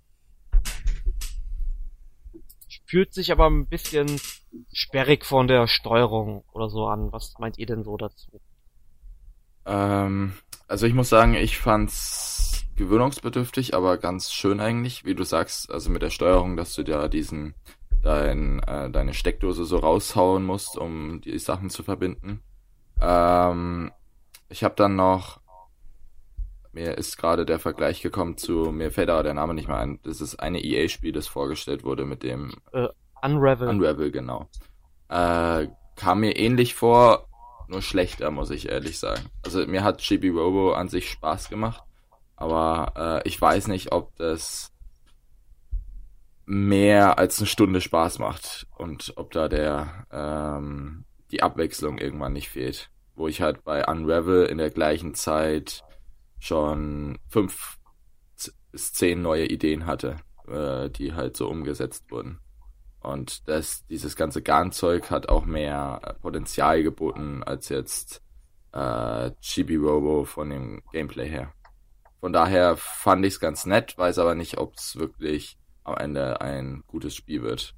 Fühlt sich aber ein bisschen sperrig von der Steuerung oder so an. Was meint ihr denn so dazu? Ähm, also ich muss sagen, ich fand's gewöhnungsbedürftig, aber ganz schön eigentlich, wie du sagst, also mit der Steuerung, dass du da diesen, dein, äh, deine Steckdose so raushauen musst, um die Sachen zu verbinden. Ähm, ich habe dann noch, mir ist gerade der Vergleich gekommen zu, mir fällt aber der Name nicht mehr ein, das ist eine E A-Spiel, das vorgestellt wurde mit dem Äh, Unravel. Unravel, genau. Äh, kam mir ähnlich vor, nur schlechter, muss ich ehrlich sagen. Also mir hat Chibi Robo an sich Spaß gemacht, aber äh, ich weiß nicht, ob das mehr als eine Stunde Spaß macht und ob da der ähm, die Abwechslung irgendwann nicht fehlt. Wo ich halt bei Unravel in der gleichen Zeit schon fünf bis zehn neue Ideen hatte, äh, die halt so umgesetzt wurden. Und das, dieses ganze Garnzeug hat auch mehr Potenzial geboten als jetzt äh, Chibi Robo von dem Gameplay her. Von daher fand ich es ganz nett, weiß aber nicht, ob es wirklich am Ende ein gutes Spiel wird.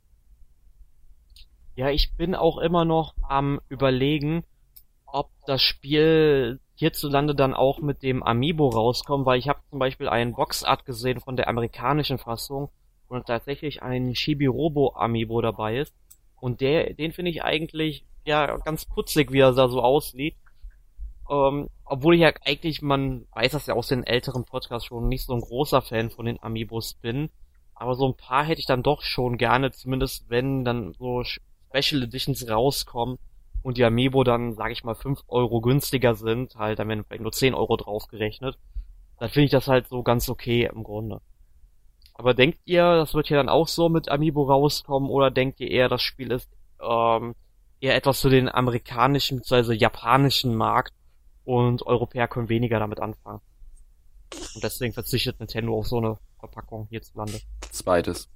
Ja, ich bin auch immer noch am Überlegen, ob das Spiel hierzulande dann auch mit dem Amiibo rauskommt, weil ich habe zum Beispiel einen Boxart gesehen von der amerikanischen Fassung, und tatsächlich ein Chibi Robo Amiibo dabei ist. Und der, den finde ich eigentlich ja ganz putzig, wie er da so aussieht. Ähm, obwohl ich ja eigentlich, man weiß das ja aus den älteren Podcasts schon, nicht so ein großer Fan von den Amiibos bin. Aber so ein paar hätte ich dann doch schon gerne, zumindest wenn dann so Special Editions rauskommen und die Amiibo dann, sag ich mal, fünf Euro günstiger sind, halt, dann werden vielleicht nur zehn Euro draufgerechnet. Dann finde ich das halt so ganz okay im Grunde. Aber denkt ihr, das wird ja dann auch so mit Amiibo rauskommen, oder denkt ihr eher, das Spiel ist ähm, eher etwas für den amerikanischen bzw. japanischen Markt und Europäer können weniger damit anfangen? Und deswegen verzichtet Nintendo auf so eine Verpackung hierzulande. Zweites.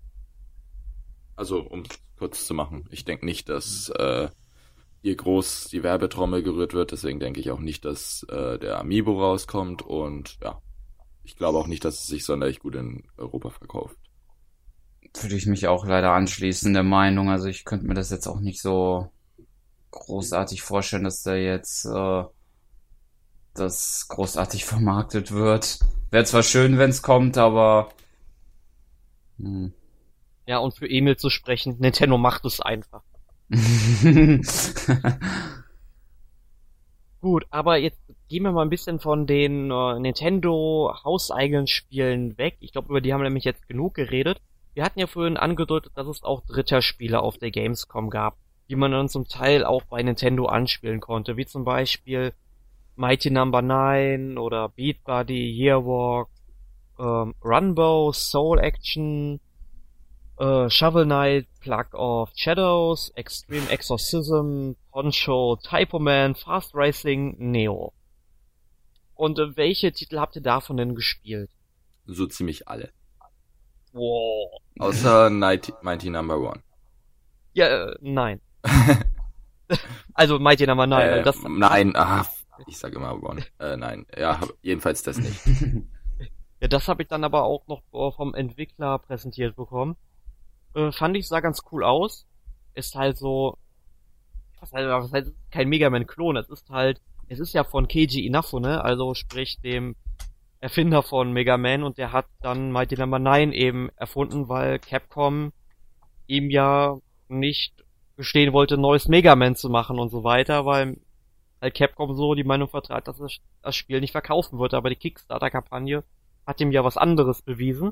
Also, um kurz zu machen, ich denke nicht, dass äh, hier groß die Werbetrommel gerührt wird, deswegen denke ich auch nicht, dass äh, der Amiibo rauskommt, und ja, ich glaube auch nicht, dass es sich sonderlich gut in Europa verkauft. Würde ich mich auch leider anschließen, der Meinung. Also ich könnte mir das jetzt auch nicht so großartig vorstellen, dass da jetzt äh, das großartig vermarktet wird. Wäre zwar schön, wenn es kommt, aber hm. Ja, und für Emil zu sprechen, Nintendo macht es einfach. Gut, aber jetzt gehen wir mal ein bisschen von den äh, Nintendo hauseigenen Spielen weg. Ich glaube, über die haben wir nämlich jetzt genug geredet. Wir hatten ja vorhin angedeutet, dass es auch Dritter-Spiele auf der Gamescom gab, die man dann zum Teil auch bei Nintendo anspielen konnte, wie zum Beispiel Mighty Number Nine oder Beat Buddy, Yearwalk, ähm, Runbow, Soul Action, äh, Shovel Knight, Plug of Shadows, Extreme Exorcism, Poncho, Typo Man, Fast Racing, Neo. Und äh, welche Titel habt ihr davon denn gespielt? So ziemlich alle. Wow. Außer Mighty, Mighty Number One. Ja, äh, nein. Also Mighty Number Nine. Äh, das, nein, ah, ich sage immer One. Äh, nein, ja, hab, jedenfalls das nicht. Ja, das habe ich dann aber auch noch äh, vom Entwickler präsentiert bekommen. Äh, fand ich, sah ganz cool aus. Ist halt so, was heißt, was heißt kein Mega Man-Klon, es ist halt, es ist ja von Keiji Inafune, also sprich dem Erfinder von Mega Man, und der hat dann Mighty Number Nine eben erfunden, weil Capcom ihm ja nicht gestehen wollte, ein neues Mega Man zu machen und so weiter, weil halt Capcom so die Meinung vertrat, dass es das Spiel nicht verkaufen wird, aber die Kickstarter-Kampagne hat ihm ja was anderes bewiesen.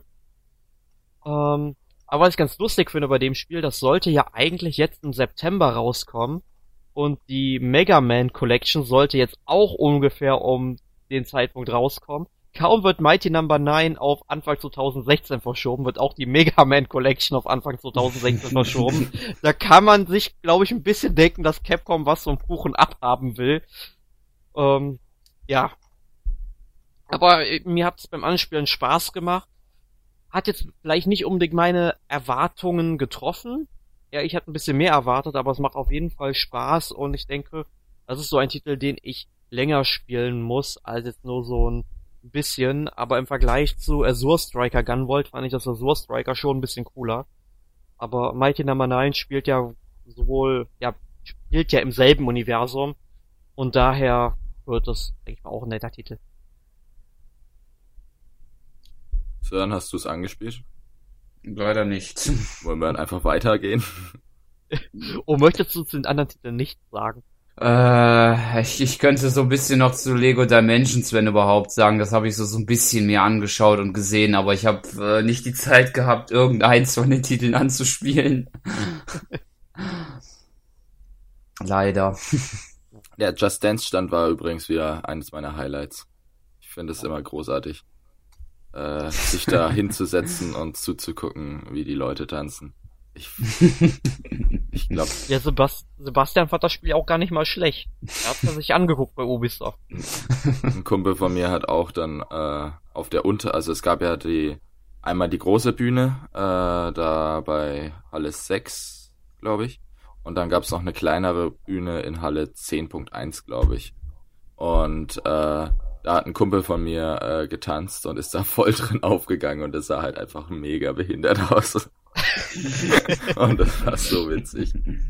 Ähm, aber was ich ganz lustig finde bei dem Spiel, das sollte ja eigentlich jetzt im September rauskommen, und die Mega Man Collection sollte jetzt auch ungefähr um den Zeitpunkt rauskommen. Kaum wird Mighty Number Nine auf Anfang zwanzig sechzehn verschoben, wird auch die Mega Man Collection auf Anfang zwanzig sechzehn verschoben. Da kann man sich, glaube ich, ein bisschen denken, dass Capcom was vom Kuchen abhaben will. Ähm, ja. Aber mir hat es beim Anspielen Spaß gemacht. Hat jetzt vielleicht nicht unbedingt meine Erwartungen getroffen. Ja, ich hatte ein bisschen mehr erwartet, aber es macht auf jeden Fall Spaß, und ich denke, Das ist so ein Titel, den ich länger spielen muss, als jetzt nur so ein bisschen, aber im Vergleich zu Azure Striker Gunvolt fand ich das Azure Striker schon ein bisschen cooler. Aber Mighty Number neun spielt ja sowohl, ja, spielt ja im selben Universum und daher wird das, denke ich mal, auch ein netter Titel. Sören, hast du es angespielt? Leider nicht. Wollen wir dann einfach weitergehen? Oh, möchtest du zu den anderen Titeln nichts sagen? Äh, ich, ich könnte so ein bisschen noch zu Lego Dimensions, wenn überhaupt, sagen. Das habe ich so, so ein bisschen mir angeschaut und gesehen, aber ich habe äh, nicht die Zeit gehabt, irgendeins von den Titeln anzuspielen. Leider. Der Just Dance Stand war übrigens wieder eines meiner Highlights. Ich finde es immer großartig, äh, sich da hinzusetzen und zuzugucken, wie die Leute tanzen. Ich, ich glaube. Ja, Sebast- Sebastian fand das Spiel auch gar nicht mal schlecht. Er hat es sich angeguckt bei Ubisoft. Ein Kumpel von mir hat auch dann äh, auf der Unter, also es gab ja die einmal die große Bühne, äh, da bei Halle sechs, glaube ich. Und dann gab es noch eine kleinere Bühne in Halle zehn Punkt eins, glaube ich. Und äh, da hat ein Kumpel von mir äh, getanzt und ist da voll drin aufgegangen und es sah halt einfach mega behindert aus. Und das war so witzig.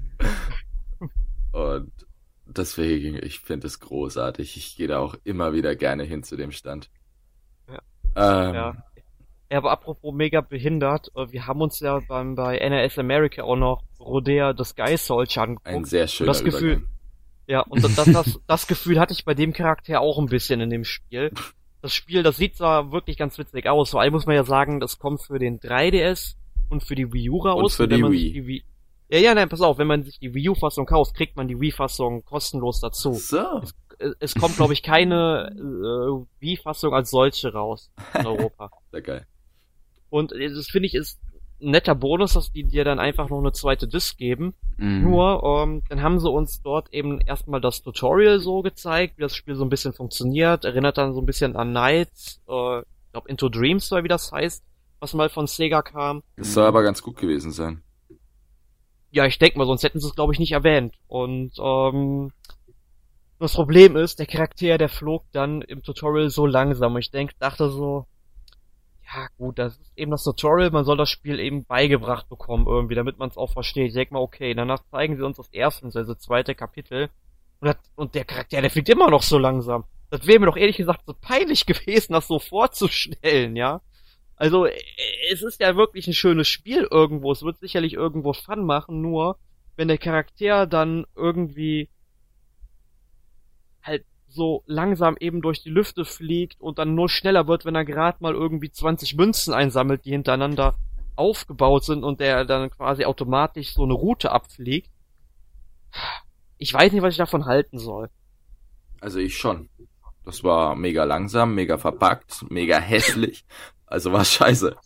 Und deswegen, ich finde es großartig. Ich gehe da auch immer wieder gerne hin zu dem Stand. Ja. Ähm, Ja. Ja, aber apropos mega behindert, äh, wir haben uns ja beim bei N R S America auch noch Rodea the Sky Soldier angeguckt. ein sehr schöner das Gefühl, Übergang. ja, und das, das, das, das Gefühl hatte ich bei dem Charakter auch ein bisschen in dem Spiel. Das Spiel, das sieht zwar wirklich ganz witzig aus, vor allem muss man ja sagen, das kommt für den drei D S und für die Wii U raus. Und für wenn die man Wii. sich die Wii. Ja, ja, nein, pass auf, wenn man sich die Wii U-Fassung kauft, kriegt man die Wii-Fassung kostenlos dazu. So. Es, es kommt, glaube ich, keine äh, Wii-Fassung als solche raus in Europa. Sehr geil. Und das finde ich ist ein netter Bonus, dass die dir dann einfach noch eine zweite Disc geben. Mhm. Nur, ähm, dann haben sie uns dort eben erstmal das Tutorial so gezeigt, wie das Spiel so ein bisschen funktioniert. Erinnert dann so ein bisschen an Nights, äh, ich glaube Into Dreams oder wie das heißt, was mal von Sega kam. Das soll aber ganz gut gewesen sein. Ja, ich denke mal, sonst hätten sie es, glaube ich, nicht erwähnt. Und ähm, das Problem ist, der Charakter, der flog dann im Tutorial so langsam. Und ich denk, dachte so, ja gut, das ist eben das Tutorial, man soll das Spiel eben beigebracht bekommen irgendwie, damit man es auch versteht. Ich denk mal, okay, danach zeigen sie uns das erste, also das zweite Kapitel. Und, das, und der Charakter, der fliegt immer noch so langsam. Das wäre mir doch ehrlich gesagt so peinlich gewesen, das so vorzustellen, ja. Also, es ist ja wirklich ein schönes Spiel irgendwo. Es wird sicherlich irgendwo Fun machen, nur wenn der Charakter dann irgendwie halt so langsam eben durch die Lüfte fliegt und dann nur schneller wird, wenn er gerade mal irgendwie zwanzig Münzen einsammelt, die hintereinander aufgebaut sind und der dann quasi automatisch so eine Route abfliegt. Ich weiß nicht, was ich davon halten soll. Also ich schon. Das war mega langsam, mega verpackt, mega hässlich. Also war scheiße.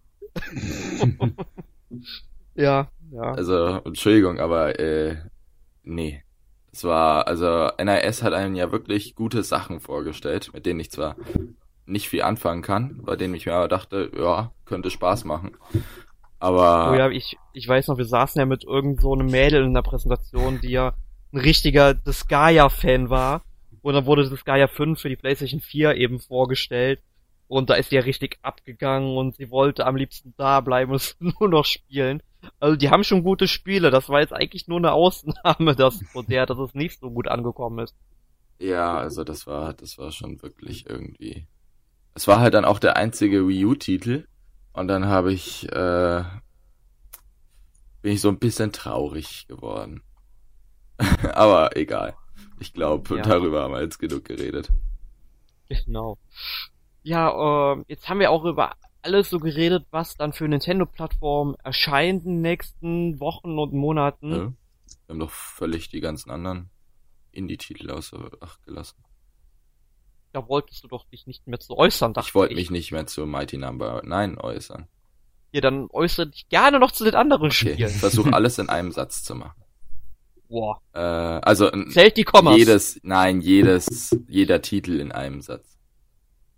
Ja, ja. Also, Entschuldigung, aber äh, nee. Es war, also N R S hat einem ja wirklich gute Sachen vorgestellt, mit denen ich zwar nicht viel anfangen kann, bei denen ich mir aber dachte, ja, könnte Spaß machen. Aber Oh ja, ich, ich weiß noch, wir saßen ja mit irgend so einem Mädel in der Präsentation, die ja ein richtiger Disgaea-Fan war. Und dann wurde Disgaea fünf für die PlayStation vier eben vorgestellt. Und da ist die ja richtig abgegangen und sie wollte am liebsten da bleiben und nur noch spielen. Also die haben schon gute Spiele. Das war jetzt eigentlich nur eine Ausnahme, dass von der, dass es nicht so gut angekommen ist. ja, also das war, das war schon wirklich irgendwie. Es war halt dann auch der einzige Wii U-Titel. Und dann habe ich, äh, bin ich so ein bisschen traurig geworden. Aber egal. Ich glaube, Ja. darüber haben wir jetzt genug geredet. Genau. Ja, äh, jetzt haben wir auch über alles so geredet, was dann für Nintendo-Plattformen erscheint in den nächsten Wochen und Monaten. Ja. Wir haben doch völlig die ganzen anderen Indie-Titel außer Acht gelassen. Da wolltest du doch dich nicht mehr zu äußern, dachte Ich wollte mich nicht mehr zu Mighty Number neun äußern. Ja, dann äußere dich gerne noch zu den anderen Okay, Spielen. versuch alles in einem Satz zu machen. Boah. Äh, also n- Zählt die Kommas. jedes, nein, jedes, jeder Titel in einem Satz.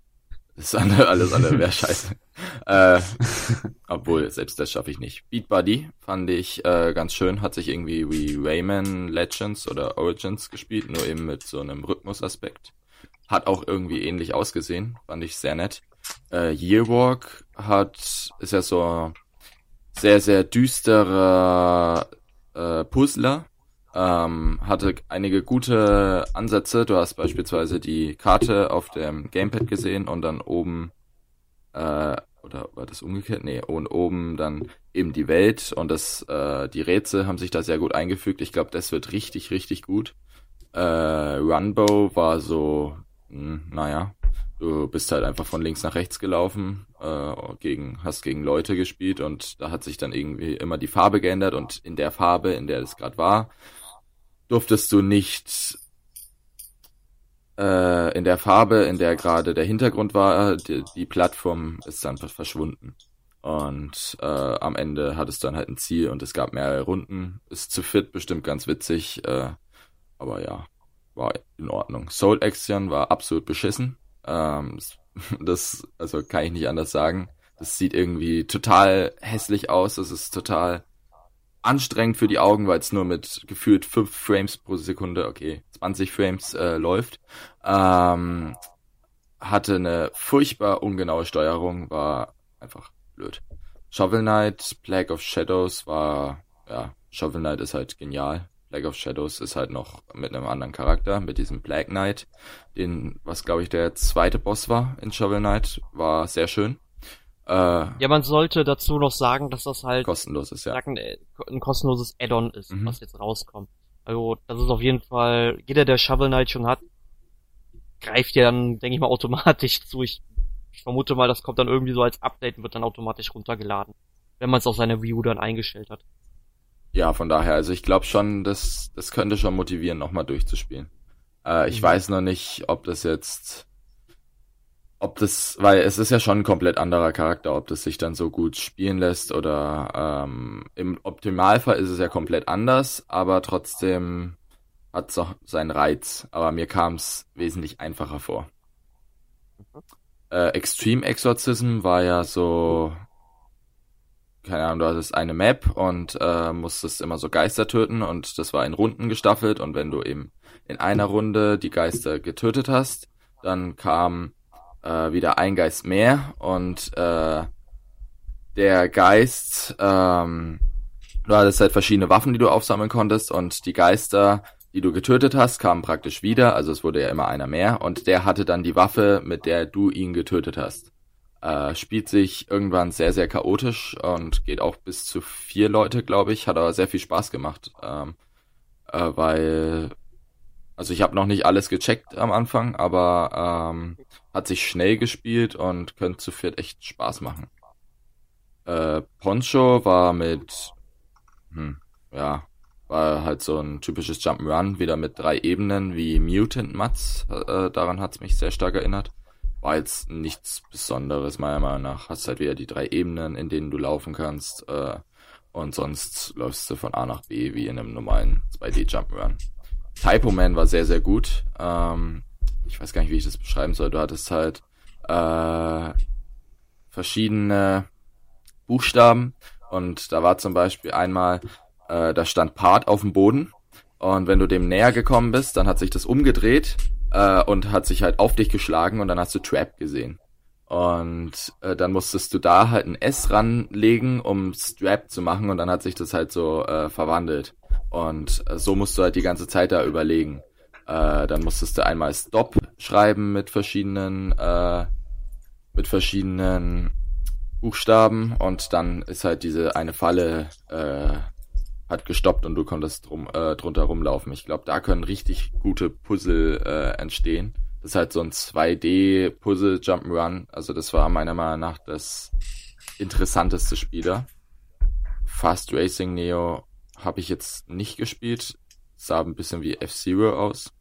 Das andere, alles andere wäre scheiße. äh, obwohl, selbst das schaffe ich nicht. Beat Buddy fand ich äh, ganz schön. Hat sich irgendwie wie Rayman Legends oder Origins gespielt, nur eben mit so einem Rhythmusaspekt. Hat auch irgendwie ähnlich ausgesehen. Fand ich sehr nett. Äh, Yearwalk hat, ist ja so sehr, sehr düsterer äh, Puzzler. Ähm, hatte einige gute Ansätze. Du hast beispielsweise die Karte auf dem Gamepad gesehen und dann oben, äh, oder war das umgekehrt? Nee, und oben dann eben die Welt und das, äh, die Rätsel haben sich da sehr gut eingefügt. Ich glaube, das wird richtig, richtig gut. Äh, Runbow war so, mh, naja, du bist halt einfach von links nach rechts gelaufen, äh, gegen, hast gegen Leute gespielt und da hat sich dann irgendwie immer die Farbe geändert und in der Farbe, in der es gerade war, durftest du nicht äh, in der Farbe, in der gerade der Hintergrund war, die, die Plattform ist dann verschwunden. Und äh, am Ende hattest du dann halt ein Ziel und es gab mehrere Runden. Ist zu viert bestimmt ganz witzig, äh, aber ja, war in Ordnung. Soul Action war absolut beschissen. Ähm, das, also kann ich nicht anders sagen. Das sieht irgendwie total hässlich aus. Das ist total anstrengend für die Augen, weil es nur mit gefühlt fünf Frames pro Sekunde, okay, zwanzig Frames äh, läuft. Ähm, hatte eine furchtbar ungenaue Steuerung, war einfach blöd. Shovel Knight, Plague of Shadows war, ja, Shovel Knight ist halt genial. Plague of Shadows ist halt noch mit einem anderen Charakter, mit diesem Black Knight, den, was glaube ich der zweite Boss war in Shovel Knight, war sehr schön. Ja, man sollte dazu noch sagen, dass das halt kostenlos ist, ja. Sagen, ein kostenloses Add-on ist, mhm. was jetzt rauskommt. Also das ist auf jeden Fall, jeder, der Shovel Knight schon hat, greift ja dann, denke ich mal, automatisch zu. Ich, ich vermute mal, das kommt dann irgendwie so als Update und wird dann automatisch runtergeladen, wenn man es auf seiner Wii U dann eingestellt hat. Ja, von daher, also ich glaube schon, das, das könnte schon motivieren, nochmal durchzuspielen. Äh, ich mhm. weiß noch nicht, ob das jetzt... Ob das, weil es ist ja schon ein komplett anderer Charakter, ob das sich dann so gut spielen lässt oder ähm, im Optimalfall ist es ja komplett anders, aber trotzdem hat es auch seinen Reiz. Aber mir kam es wesentlich einfacher vor. Mhm. Äh, Extreme Exorcism war ja so, keine Ahnung, du hattest eine Map und äh, musstest immer so Geister töten und das war in Runden gestaffelt und wenn du eben in einer Runde die Geister getötet hast, dann kam Äh, wieder ein Geist mehr und äh, der Geist, ähm, du hattest halt verschiedene Waffen, die du aufsammeln konntest und die Geister, die du getötet hast, kamen praktisch wieder, also es wurde ja immer einer mehr und der hatte dann die Waffe, mit der du ihn getötet hast. Äh, spielt sich irgendwann sehr, sehr chaotisch und geht auch bis zu vier Leute, glaube ich, hat aber sehr viel Spaß gemacht, ähm, äh, weil... Also ich habe noch nicht alles gecheckt am Anfang, aber ähm, hat sich schnell gespielt und könnte zu viert echt Spaß machen. Äh, Poncho war mit, hm, ja, war halt so ein typisches Jump'n'Run, wieder mit drei Ebenen wie Mutant Mats. Äh, daran hat's mich sehr stark erinnert. War jetzt nichts Besonderes, meiner Meinung nach. Hast halt wieder die drei Ebenen, in denen du laufen kannst. Äh, und sonst läufst du von A nach B wie in einem normalen zwei D Jump'n'Run. Typo Man war sehr, sehr gut. Ähm, ich weiß gar nicht, wie ich das beschreiben soll. Du hattest halt äh, verschiedene Buchstaben und da war zum Beispiel einmal, äh, da stand Part auf dem Boden und wenn du dem näher gekommen bist, dann hat sich das umgedreht äh, und hat sich halt auf dich geschlagen und dann hast du Trap gesehen. Und äh, dann musstest du da halt ein S ranlegen, um Strap zu machen und dann hat sich das halt so äh, verwandelt. Und äh, so musst du halt die ganze Zeit da überlegen. Äh, dann musstest du einmal Stop schreiben mit verschiedenen äh, mit verschiedenen Buchstaben und dann ist halt diese eine Falle äh, hat gestoppt und du konntest drum, äh, drunter rumlaufen. Ich glaube, da können richtig gute Puzzle äh, entstehen. Das ist halt so ein zwei D Puzzle Jump'n'Run. Also das war meiner Meinung nach das interessanteste Spiel da. Fast Racing Neo habe ich jetzt nicht gespielt. Sah ein bisschen wie F-Zero aus.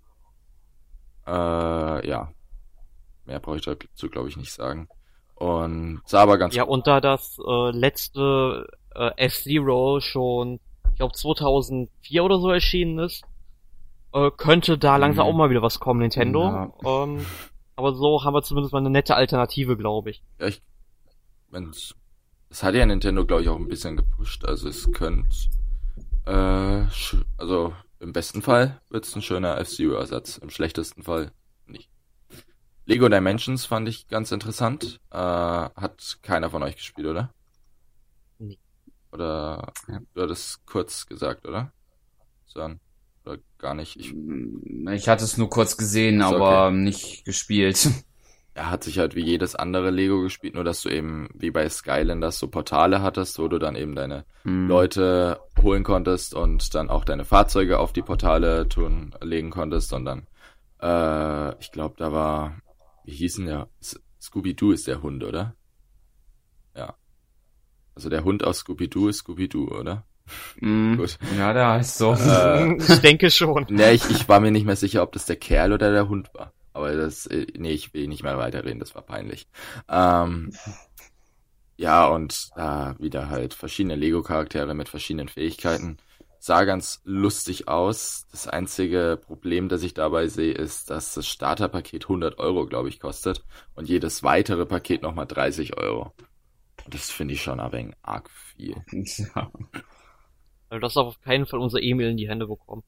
Äh, ja. Mehr brauche ich dazu, glaube ich, nicht sagen. Und sah aber ganz Ja, gut. Und da das äh, letzte äh, F-Zero schon, ich glaube, zweitausendvier oder so erschienen ist, äh, könnte da langsam mhm. auch mal wieder was kommen, Nintendo. Ja. Ähm, Aber so haben wir zumindest mal eine nette Alternative, glaube ich. Ja, ich, wenn's, das hat ja Nintendo, glaube ich, auch ein bisschen gepusht. Also es könnte, äh, sch- also im besten Fall wird's ein schöner F-Zero-Ersatz, im schlechtesten Fall nicht. Lego Dimensions fand ich ganz interessant. Äh, hat keiner von euch gespielt, oder? Nee. Oder du hattest kurz gesagt, oder? Sören? Oder gar nicht? Ich, Ich hatte es nur kurz gesehen, Ist aber okay. nicht gespielt. er hat sich halt wie jedes andere Lego gespielt, nur dass du eben wie bei Skylanders so Portale hattest, wo du dann eben deine Hm. Leute holen konntest und dann auch deine Fahrzeuge auf die Portale tun, legen konntest und dann, äh, ich glaube, da war, wie hieß denn der? S- Scooby-Doo ist der Hund, oder? Ja. Also der Hund aus Scooby-Doo ist Scooby-Doo, oder? Hm. Gut. Ja, der heißt so. Äh, Ich denke schon. Ne, ich, ich war mir nicht mehr sicher, ob das der Kerl oder der Hund war. Aber das, äh, nee, ich will nicht mehr weiterreden, das war peinlich. Ähm, ja, und da wieder halt verschiedene Lego-Charaktere mit verschiedenen Fähigkeiten. Sah ganz lustig aus. Das einzige Problem, das ich dabei sehe, ist, dass das Starterpaket hundert Euro, glaube ich, kostet und jedes weitere Paket nochmal dreißig Euro. Und das finde ich schon ein wenig arg viel. Ja. Also das darf auf keinen Fall unser Emil in die Hände bekommen.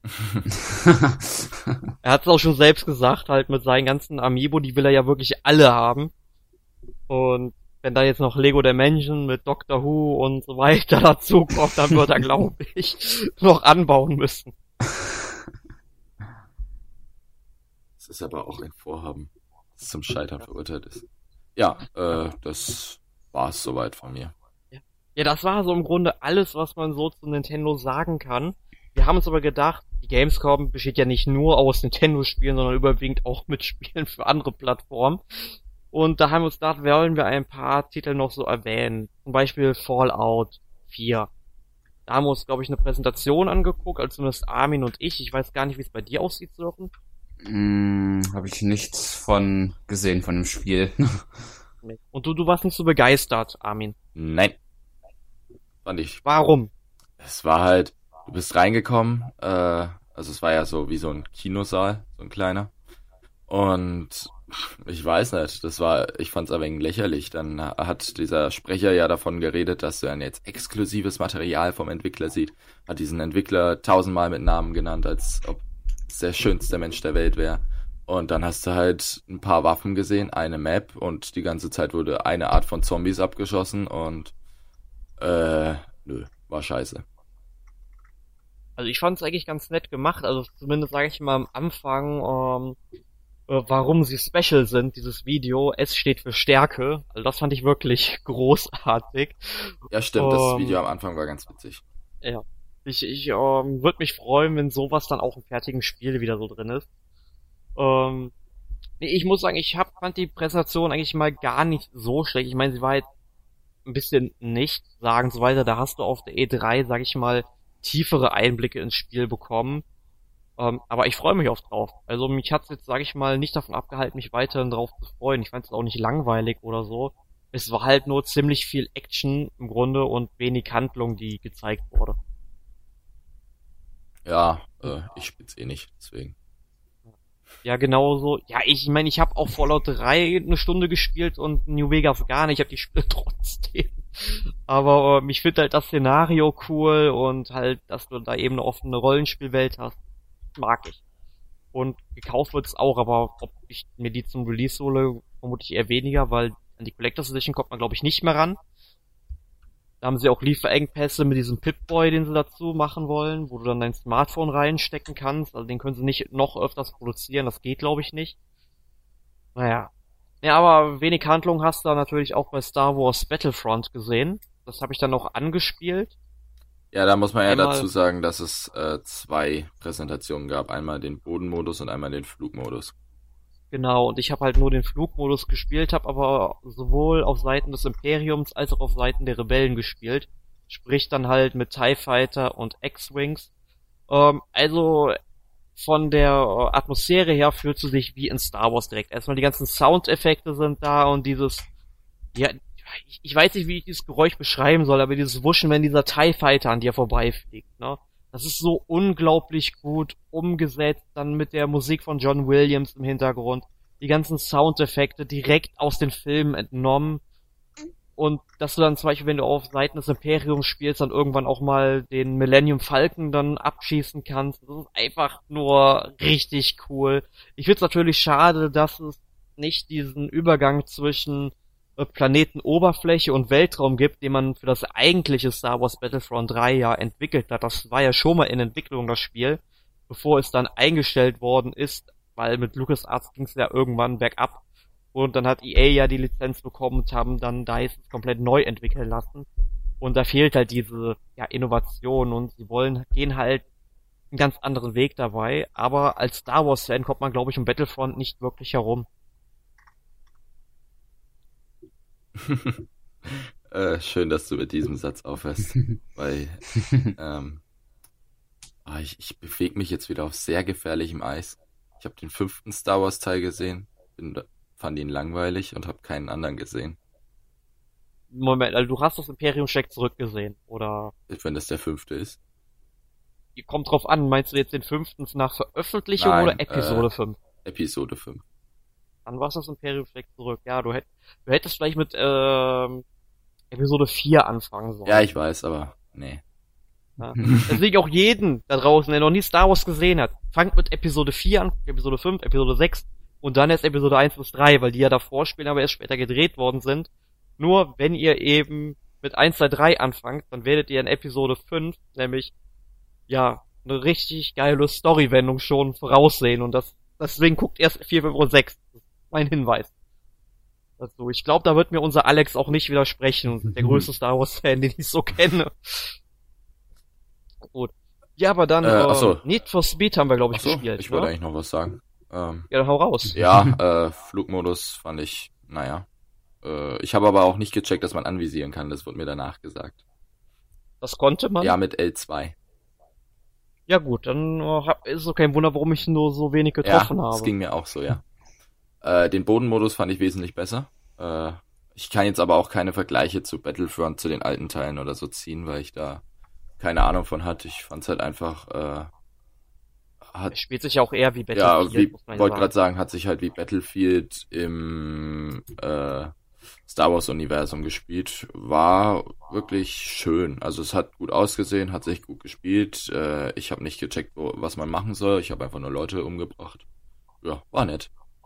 Er hat es auch schon selbst gesagt, halt mit seinen ganzen Amiibo, die will er ja wirklich alle haben. Und wenn da jetzt noch Lego Dimension mit Doctor Who und so weiter dazu kommt, dann wird er, glaube ich, noch anbauen müssen. Das ist aber auch ein Vorhaben, das zum Scheitern verurteilt ist. Ja, äh, das war's soweit von mir. Ja, das war so im Grunde alles, was man so zu Nintendo sagen kann. Wir haben uns aber gedacht, die Gamescom besteht ja nicht nur aus Nintendo-Spielen, sondern überwiegend auch mit Spielen für andere Plattformen. Und da haben wir uns gedacht, wollen wir ein paar Titel noch so erwähnen. Zum Beispiel Fallout vier. Da haben wir uns, glaube ich, eine Präsentation angeguckt, also zumindest Armin und ich. Ich weiß gar nicht, wie es bei dir aussieht, Sören. Hm, habe ich nichts von gesehen von dem Spiel. Und du, du warst nicht so begeistert, Armin. Nein. Fand ich. Warum? Es war halt, du bist reingekommen, äh, also es war ja so wie so ein Kinosaal, so ein kleiner. Und ich weiß nicht, das war, ich fand's ein wenig lächerlich. Dann hat dieser Sprecher ja davon geredet, dass er jetzt exklusives Material vom Entwickler sieht. Hat diesen Entwickler tausendmal mit Namen genannt, als ob es der schönste Mensch der Welt wäre. Und dann hast du halt ein paar Waffen gesehen, eine Map und die ganze Zeit wurde eine Art von Zombies abgeschossen und äh, nö, war scheiße. Also ich fand es eigentlich ganz nett gemacht, also zumindest sage ich mal am Anfang, ähm, äh, warum sie special sind, dieses Video. S steht für Stärke, also das fand ich wirklich großartig. Ja, stimmt, das Ähm, Video am Anfang war ganz witzig. Ja, ich, ich ähm, würde mich freuen, wenn sowas dann auch im fertigen Spiel wieder so drin ist. Ähm, nee, ich muss sagen, ich hab, fand die Präsentation eigentlich mal gar nicht so schlecht. Ich meine, sie war jetzt ein bisschen nicht sagen so weiter. Da hast du auf der E drei, sag ich mal, tiefere Einblicke ins Spiel bekommen. Ähm, aber ich freue mich auch drauf. Also mich hat's jetzt, sag ich mal, nicht davon abgehalten, mich weiterhin drauf zu freuen. Ich fand es auch nicht langweilig oder so. Es war halt nur ziemlich viel Action im Grunde und wenig Handlung, die gezeigt wurde. Ja, äh, ich spiel's eh nicht, deswegen. Ja, genauso. Ja, ich meine, ich habe auch Fallout drei eine Stunde gespielt und New Vegas gar nicht. Ich habe die Spiele trotzdem. Aber ähm, ich finde halt das Szenario cool und halt, dass du da eben eine offene Rollenspielwelt hast, mag ich. Und gekauft wird's auch, aber ob ich mir die zum Release hole, vermutlich eher weniger, weil an die Collectors Edition kommt man, glaube ich, nicht mehr ran. Da haben sie auch Lieferengpässe mit diesem Pip-Boy, den sie dazu machen wollen, wo du dann dein Smartphone reinstecken kannst. Also den können sie nicht noch öfters produzieren, das geht, glaube ich, nicht. Naja. Ja, aber wenig Handlung hast du da natürlich auch bei Star Wars Battlefront gesehen. Das habe ich dann auch angespielt. Ja, da muss man ja Einmal- dazu sagen, dass es äh, zwei Präsentationen gab. Einmal den Bodenmodus und einmal den Flugmodus. Genau, und ich habe halt nur den Flugmodus gespielt, habe aber sowohl auf Seiten des Imperiums als auch auf Seiten der Rebellen gespielt. Sprich dann halt mit TIE Fighter und X-Wings. Ähm, also von der äh, Atmosphäre her fühlst du dich wie in Star Wars direkt. Erstmal die ganzen Soundeffekte sind da und dieses, ja, ich, ich weiß nicht, wie ich dieses Geräusch beschreiben soll, aber dieses Wuschen, wenn dieser TIE Fighter an dir vorbeifliegt, ne? Das ist so unglaublich gut umgesetzt, dann mit der Musik von John Williams im Hintergrund. die ganzen Soundeffekte direkt aus den Filmen entnommen. Und dass du dann zum Beispiel, wenn du auf Seiten des Imperiums spielst, dann irgendwann auch mal den Millennium Falcon dann abschießen kannst. Das ist einfach nur richtig cool. Ich find's natürlich schade, dass es nicht diesen Übergang zwischen äh, Planetenoberfläche und Weltraum gibt, den man für das eigentliche Star Wars Battlefront drei ja entwickelt hat. Das war ja schon mal in Entwicklung, das Spiel, bevor es dann eingestellt worden ist, weil mit LucasArts ging's ja irgendwann bergab. Und dann hat E A ja die Lizenz bekommen und haben dann D I C E komplett neu entwickeln lassen. Und da fehlt halt diese ja, Innovation und sie wollen, gehen halt einen ganz anderen Weg dabei. Aber als Star Wars Fan kommt man, glaube ich, um Battlefront nicht wirklich herum. äh, schön, dass du mit diesem Satz aufhörst. weil ähm, ah, ich, ich bewege mich jetzt wieder auf sehr gefährlichem Eis. Ich habe den fünften Star Wars Teil gesehen. Bin da fand ihn langweilig und habe keinen anderen gesehen. Moment, also du hast das Imperium schlägt zurück gesehen, oder? Wenn das der fünfte ist. Kommt drauf an, meinst du jetzt den fünften nach Veröffentlichung Nein, oder Episode äh, fünf? Episode fünf. Dann war es das Imperium schlägt zurück. Ja, du, hätt, du hättest vielleicht mit ähm, Episode vier anfangen sollen. Ja, ich weiß, aber nee. Ja. Deswegen auch jeden da draußen, der noch nie Star Wars gesehen hat, fangt mit Episode vier an, Episode fünf, Episode sechs und dann erst Episode eins bis drei, weil die ja davor spielen, aber erst später gedreht worden sind. Nur wenn ihr eben mit eins, zwei, drei anfangt, dann werdet ihr in Episode fünf nämlich, ja, eine richtig geile Storywendung schon voraussehen und das, deswegen guckt erst vier, fünf und sechs. Das ist mein Hinweis. Also, ich glaube, da wird mir unser Alex auch nicht widersprechen und der größte Star Wars Fan, den ich so kenne. Gut. Ja, aber dann, äh, achso. äh, Need for Speed haben wir, glaube ich, Achso, gespielt. ich wollte ne? eigentlich noch was sagen. Ähm, Ja, dann hau raus. ja, äh, Flugmodus fand ich, naja. Äh, ich habe aber auch nicht gecheckt, dass man anvisieren kann. Das wurde mir danach gesagt. Das konnte man? Ja, mit L zwei. Ja gut, dann äh, hab, ist es kein Wunder, warum ich nur so wenig getroffen ja, habe. das ging mir auch so, ja. Äh, den Bodenmodus fand ich wesentlich besser. Äh, ich kann jetzt aber auch keine Vergleiche zu Battlefront, zu den alten Teilen oder so ziehen, weil ich da keine Ahnung von hatte. Ich fand's halt einfach, äh, hat, Es spielt sich ja auch eher wie ja, Battlefield, wie, muss man wollte sagen. gerade sagen, hat sich halt wie Battlefield im äh, Star Wars Universum gespielt. War wirklich schön. Also es hat gut ausgesehen, hat sich gut gespielt. Äh, ich habe nicht gecheckt, wo, was man machen soll. Ich habe einfach nur Leute umgebracht. Ja, war nett.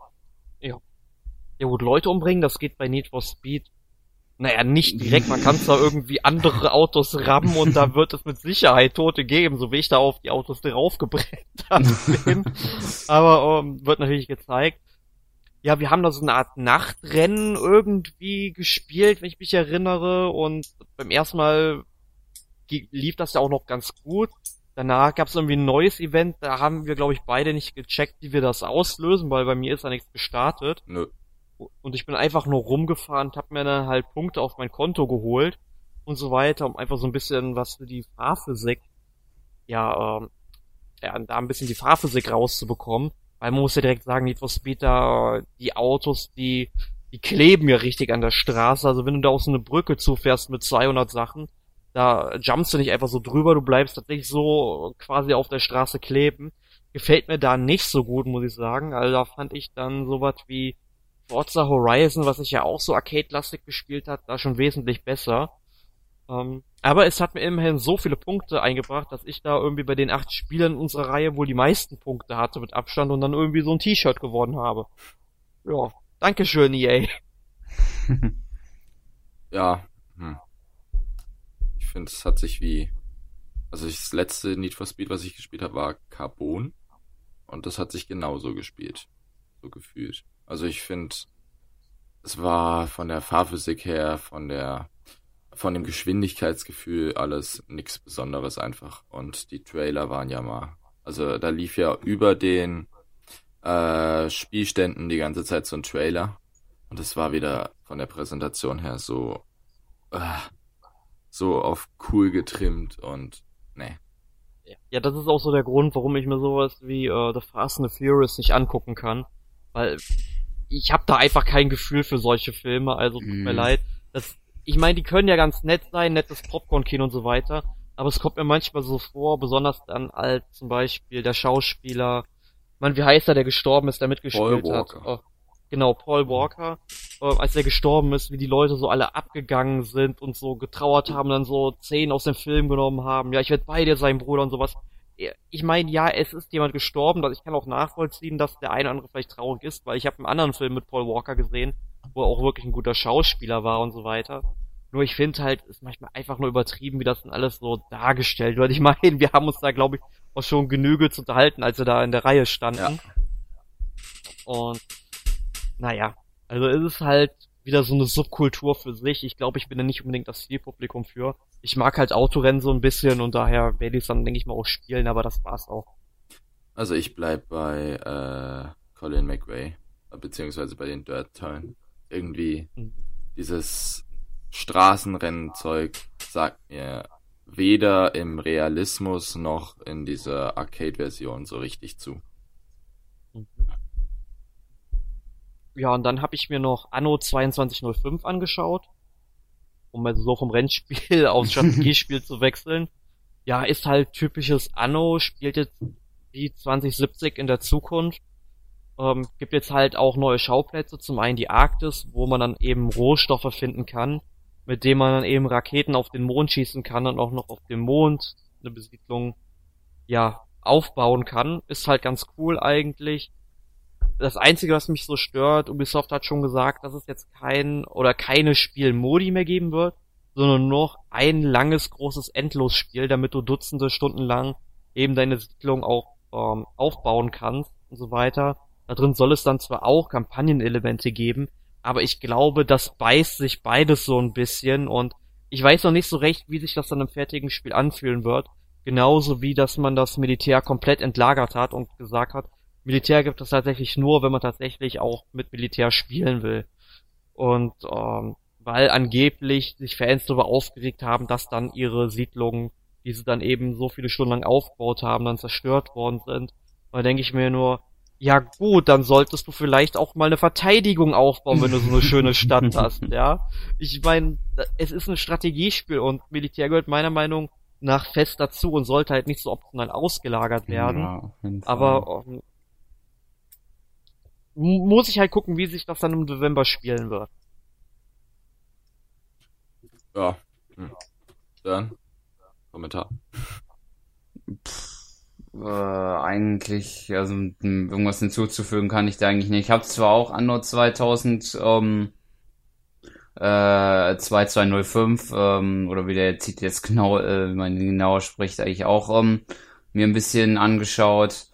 Ja gut, Leute umbringen, das geht bei Need for Speed. Naja, nicht direkt, man kann zwar irgendwie andere Autos rammen und da wird es mit Sicherheit Tote geben, so wie ich da auf die Autos draufgebrennt bin. Aber ähm, wird natürlich gezeigt. Ja, wir haben da so eine Art Nachtrennen irgendwie gespielt, wenn ich mich erinnere. Und beim ersten Mal lief das ja auch noch ganz gut. Danach gab es irgendwie ein neues Event, da haben wir, glaube ich, beide nicht gecheckt, wie wir das auslösen, weil bei mir ist da nichts gestartet. Nö. Und ich bin einfach nur rumgefahren und hab mir dann halt Punkte auf mein Konto geholt und so weiter, um einfach so ein bisschen was für die Fahrphysik, ja, ähm, ja, da ein bisschen die Fahrphysik rauszubekommen. Weil man muss ja direkt sagen, Need for Speed da, die Autos, die, die kleben ja richtig an der Straße. Also wenn du da auf so eine Brücke zufährst mit zweihundert Sachen, da jumpst du nicht einfach so drüber, du bleibst tatsächlich so quasi auf der Straße kleben. Gefällt mir da nicht so gut, muss ich sagen. Also da fand ich dann sowas wie Forza Horizon, was ich ja auch so arcade-lastig gespielt hat, da schon wesentlich besser. Ähm, aber es hat mir immerhin so viele Punkte eingebracht, dass ich da irgendwie bei den acht Spielern unserer Reihe wohl die meisten Punkte hatte mit Abstand und dann irgendwie so ein T-Shirt gewonnen habe. Ja, dankeschön, E A. Ja, hm. Ich finde, es hat sich wie, also das letzte Need for Speed, was ich gespielt habe, war Carbon und das hat sich genauso gespielt, so gefühlt. Also ich finde, es war von der Fahrphysik her, von der, von dem Geschwindigkeitsgefühl alles nichts Besonderes einfach. Und die Trailer waren ja mal, also da lief ja über den äh, Spielständen die ganze Zeit so ein Trailer. Und es war wieder von der Präsentation her so, äh, so auf cool getrimmt und nee. Ja, das ist auch so der Grund, warum ich mir sowas wie äh, The Fast and the Furious nicht angucken kann. Weil ich habe da einfach kein Gefühl für solche Filme, also tut mm. mir leid. Das, ich meine, die können ja ganz nett sein, nettes Popcorn-Kino und so weiter, aber es kommt mir manchmal so vor, besonders dann als zum Beispiel der Schauspieler, man, wie heißt er, der gestorben ist, der mitgespielt Paul hat? Walker. Oh, genau, Paul Walker, äh, als er gestorben ist, wie die Leute so alle abgegangen sind und so getrauert haben, dann so Szenen aus dem Film genommen haben, ja, ich werde bei dir sein, Bruder und sowas. Ich meine, ja, es ist jemand gestorben, dass ich kann auch nachvollziehen, dass der eine oder andere vielleicht traurig ist, weil ich habe einen anderen Film mit Paul Walker gesehen, wo er auch wirklich ein guter Schauspieler war und so weiter. Nur ich finde halt, es ist manchmal einfach nur übertrieben, wie das dann alles so dargestellt wird. Ich meine, wir haben uns da, glaube ich, auch schon genügend zu unterhalten, als wir da in der Reihe standen. Ja. Und naja, also es ist halt wieder so eine Subkultur für sich. Ich glaube, ich bin da nicht unbedingt das Zielpublikum für. Ich mag halt Autorennen so ein bisschen und daher werde ich es dann, denke ich mal, auch spielen, aber das war's auch. Also ich bleib bei äh, Colin McRae, beziehungsweise bei den Dirt Turn. Irgendwie Mhm. dieses Straßenrennenzeug sagt mir weder im Realismus noch in dieser Arcade-Version so richtig zu. Ja, und dann habe ich mir noch Anno zweiundzwanzig null fünf angeschaut, um also so vom Rennspiel aufs Strategiespiel zu wechseln. Ja, ist halt typisches Anno, spielt jetzt wie zwanzig siebzig in der Zukunft. Ähm, gibt jetzt halt auch neue Schauplätze, zum einen die Arktis, wo man dann eben Rohstoffe finden kann, mit denen man dann eben Raketen auf den Mond schießen kann und auch noch auf dem Mond eine Besiedlung, ja, aufbauen kann. Ist halt ganz cool eigentlich. Das Einzige, was mich so stört, Ubisoft hat schon gesagt, dass es jetzt kein oder keine Spielmodi mehr geben wird, sondern nur noch ein langes, großes Endlosspiel, damit du Dutzende Stunden lang eben deine Siedlung auch ähm, aufbauen kannst und so weiter. Da drin soll es dann zwar auch Kampagnenelemente geben, aber ich glaube, das beißt sich beides so ein bisschen und ich weiß noch nicht so recht, wie sich das dann im fertigen Spiel anfühlen wird. Genauso wie, dass man das Militär komplett entlagert hat und gesagt hat, Militär gibt es tatsächlich nur, wenn man tatsächlich auch mit Militär spielen will. Und ähm, weil angeblich sich Fans darüber aufgeregt haben, dass dann ihre Siedlungen, die sie dann eben so viele Stunden lang aufgebaut haben, dann zerstört worden sind. Da denke ich mir nur, ja gut, dann solltest du vielleicht auch mal eine Verteidigung aufbauen, wenn du so eine schöne Stadt hast, ja. Ich meine, es ist ein Strategiespiel und Militär gehört meiner Meinung nach fest dazu und sollte halt nicht so optional ausgelagert werden. Ja, auf jeden Fall. Aber ähm, muss ich halt gucken, wie sich das dann im November spielen wird. Ja. Hm. Dann Kommentar. Äh, eigentlich, also m, irgendwas hinzuzufügen kann ich da eigentlich nicht. Ich habe zwar auch Anno zweitausend ähm, äh, zweiundzwanzig null fünf ähm, oder wie der Titel jetzt genau, äh, wie man ihn genauer spricht, eigentlich auch ähm, mir ein bisschen angeschaut.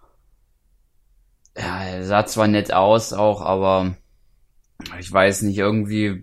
Ja, er sah zwar nett aus auch, aber ich weiß nicht, irgendwie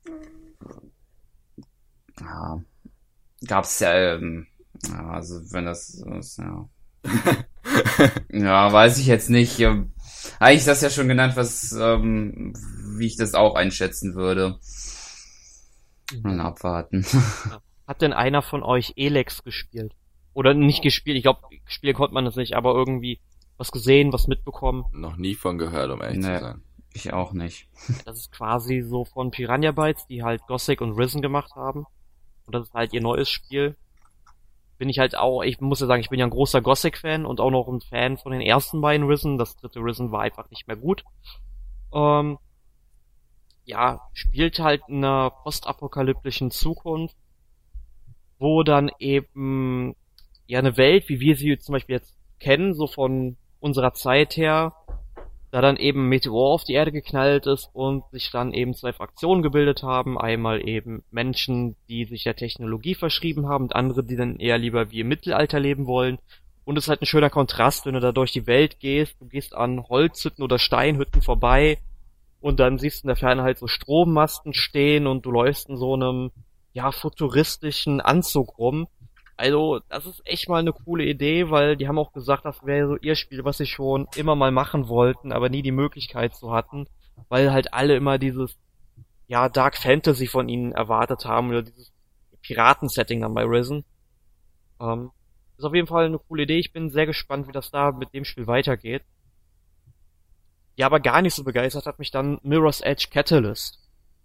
ja, gab's ja, ähm, ja, also wenn das, das ja. Ja, weiß ich jetzt nicht. Ja, eigentlich ist das ja schon genannt, was, ähm, wie ich das auch einschätzen würde. Mal abwarten. Hat denn einer von euch Elex gespielt? Oder nicht gespielt, ich glaube, spielen konnte man das nicht, aber irgendwie was gesehen, was mitbekommen. Noch nie von gehört, um ehrlich Nee. zu sein. Ich auch nicht. Das ist quasi so von Piranha Bytes, die halt Gothic und Risen gemacht haben. Und das ist halt ihr neues Spiel. Bin ich halt auch, ich muss ja sagen, ich bin ja ein großer Gothic-Fan und auch noch ein Fan von den ersten beiden Risen. Das dritte Risen war einfach nicht mehr gut. Ähm, ja, spielt halt in einer postapokalyptischen Zukunft, wo dann eben ja eine Welt, wie wir sie zum Beispiel jetzt kennen, so von unserer Zeit her, da dann eben ein Meteor auf die Erde geknallt ist und sich dann eben zwei Fraktionen gebildet haben. Einmal eben Menschen, die sich der Technologie verschrieben haben und andere, die dann eher lieber wie im Mittelalter leben wollen. Und es ist halt ein schöner Kontrast, wenn du da durch die Welt gehst. Du gehst an Holzhütten oder Steinhütten vorbei und dann siehst du in der Ferne halt so Strommasten stehen und du läufst in so einem, ja, futuristischen Anzug rum. Also, das ist echt mal eine coole Idee, weil die haben auch gesagt, das wäre so ihr Spiel, was sie schon immer mal machen wollten, aber nie die Möglichkeit so hatten, weil halt alle immer dieses, ja, Dark Fantasy von ihnen erwartet haben oder dieses Piraten-Setting dann bei Risen. Ähm, ist auf jeden Fall eine coole Idee. Ich bin sehr gespannt, wie das da mit dem Spiel weitergeht. Ja, aber gar nicht so begeistert hat mich dann Mirror's Edge Catalyst.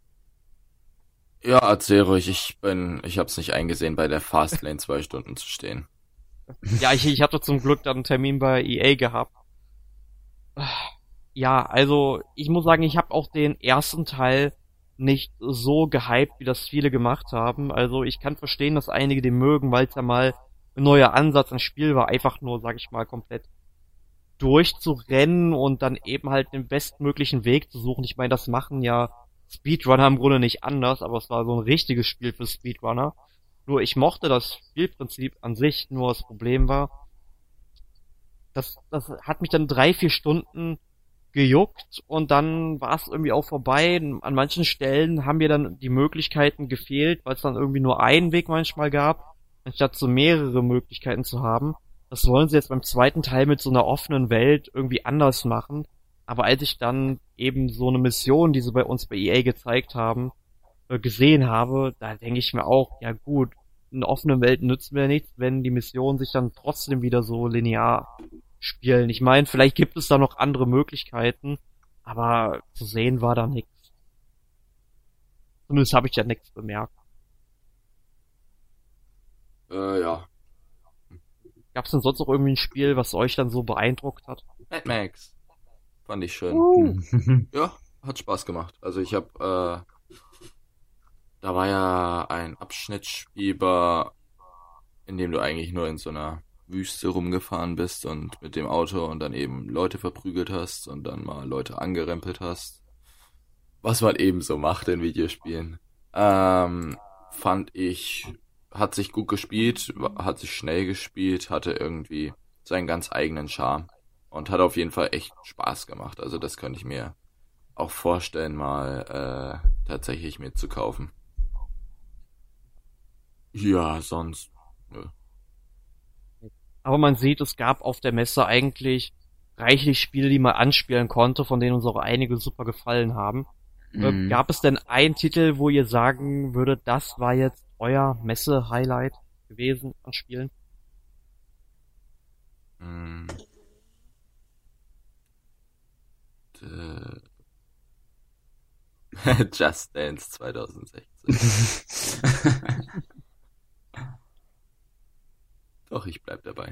Ja, erzähl ruhig, ich bin, ich hab's nicht eingesehen, bei der Fastlane zwei Stunden zu stehen. Ja, ich, ich hatte zum Glück dann einen Termin bei E A gehabt. Ja, also ich muss sagen, ich habe auch den ersten Teil nicht so gehypt, wie das viele gemacht haben. Also ich kann verstehen, dass einige den mögen, weil es ja mal ein neuer Ansatz ins Spiel war, einfach nur, sag ich mal, komplett durchzurennen und dann eben halt den bestmöglichen Weg zu suchen. Ich meine, das machen ja Speedrunner im Grunde nicht anders, aber es war so ein richtiges Spiel für Speedrunner. Nur ich mochte das Spielprinzip an sich, nur das Problem war, das, das hat mich dann drei, vier Stunden gejuckt und dann war es irgendwie auch vorbei. An manchen Stellen haben mir dann die Möglichkeiten gefehlt, weil es dann irgendwie nur einen Weg manchmal gab, anstatt so mehrere Möglichkeiten zu haben. Das wollen sie jetzt beim zweiten Teil mit so einer offenen Welt irgendwie anders machen. Aber als ich dann eben so eine Mission, die sie bei uns bei E A gezeigt haben, äh, gesehen habe, da denke ich mir auch, ja gut, eine offene Welt nützt mir nichts, wenn die Missionen sich dann trotzdem wieder so linear spielen. Ich meine, vielleicht gibt es da noch andere Möglichkeiten, aber zu sehen war da nichts. Zumindest habe ich ja nichts bemerkt. Äh, ja. Gab es denn sonst noch irgendwie ein Spiel, was euch dann so beeindruckt hat? Mad Max. Fand ich schön. Uh. Ja, hat Spaß gemacht. Also ich hab, äh, da war ja ein Abschnittsspielbar, in dem du eigentlich nur in so einer Wüste rumgefahren bist und mit dem Auto und dann eben Leute verprügelt hast und dann mal Leute angerempelt hast. Was man eben so macht in Videospielen. Ähm, fand ich, hat sich gut gespielt, hat sich schnell gespielt, hatte irgendwie seinen ganz eigenen Charme und hat auf jeden Fall echt Spaß gemacht. Also das könnte ich mir auch vorstellen, mal äh, tatsächlich mir zu kaufen. Ja, sonst, nö. Aber man sieht, es gab auf der Messe eigentlich reichlich Spiele, die man anspielen konnte, von denen uns auch einige super gefallen haben. Mhm. Äh, gab es denn einen Titel, wo ihr sagen würdet, das war jetzt euer Messe-Highlight gewesen an Spielen? Mm. Äh. Just Dance zwanzig sechzehn. Doch, ich bleib dabei.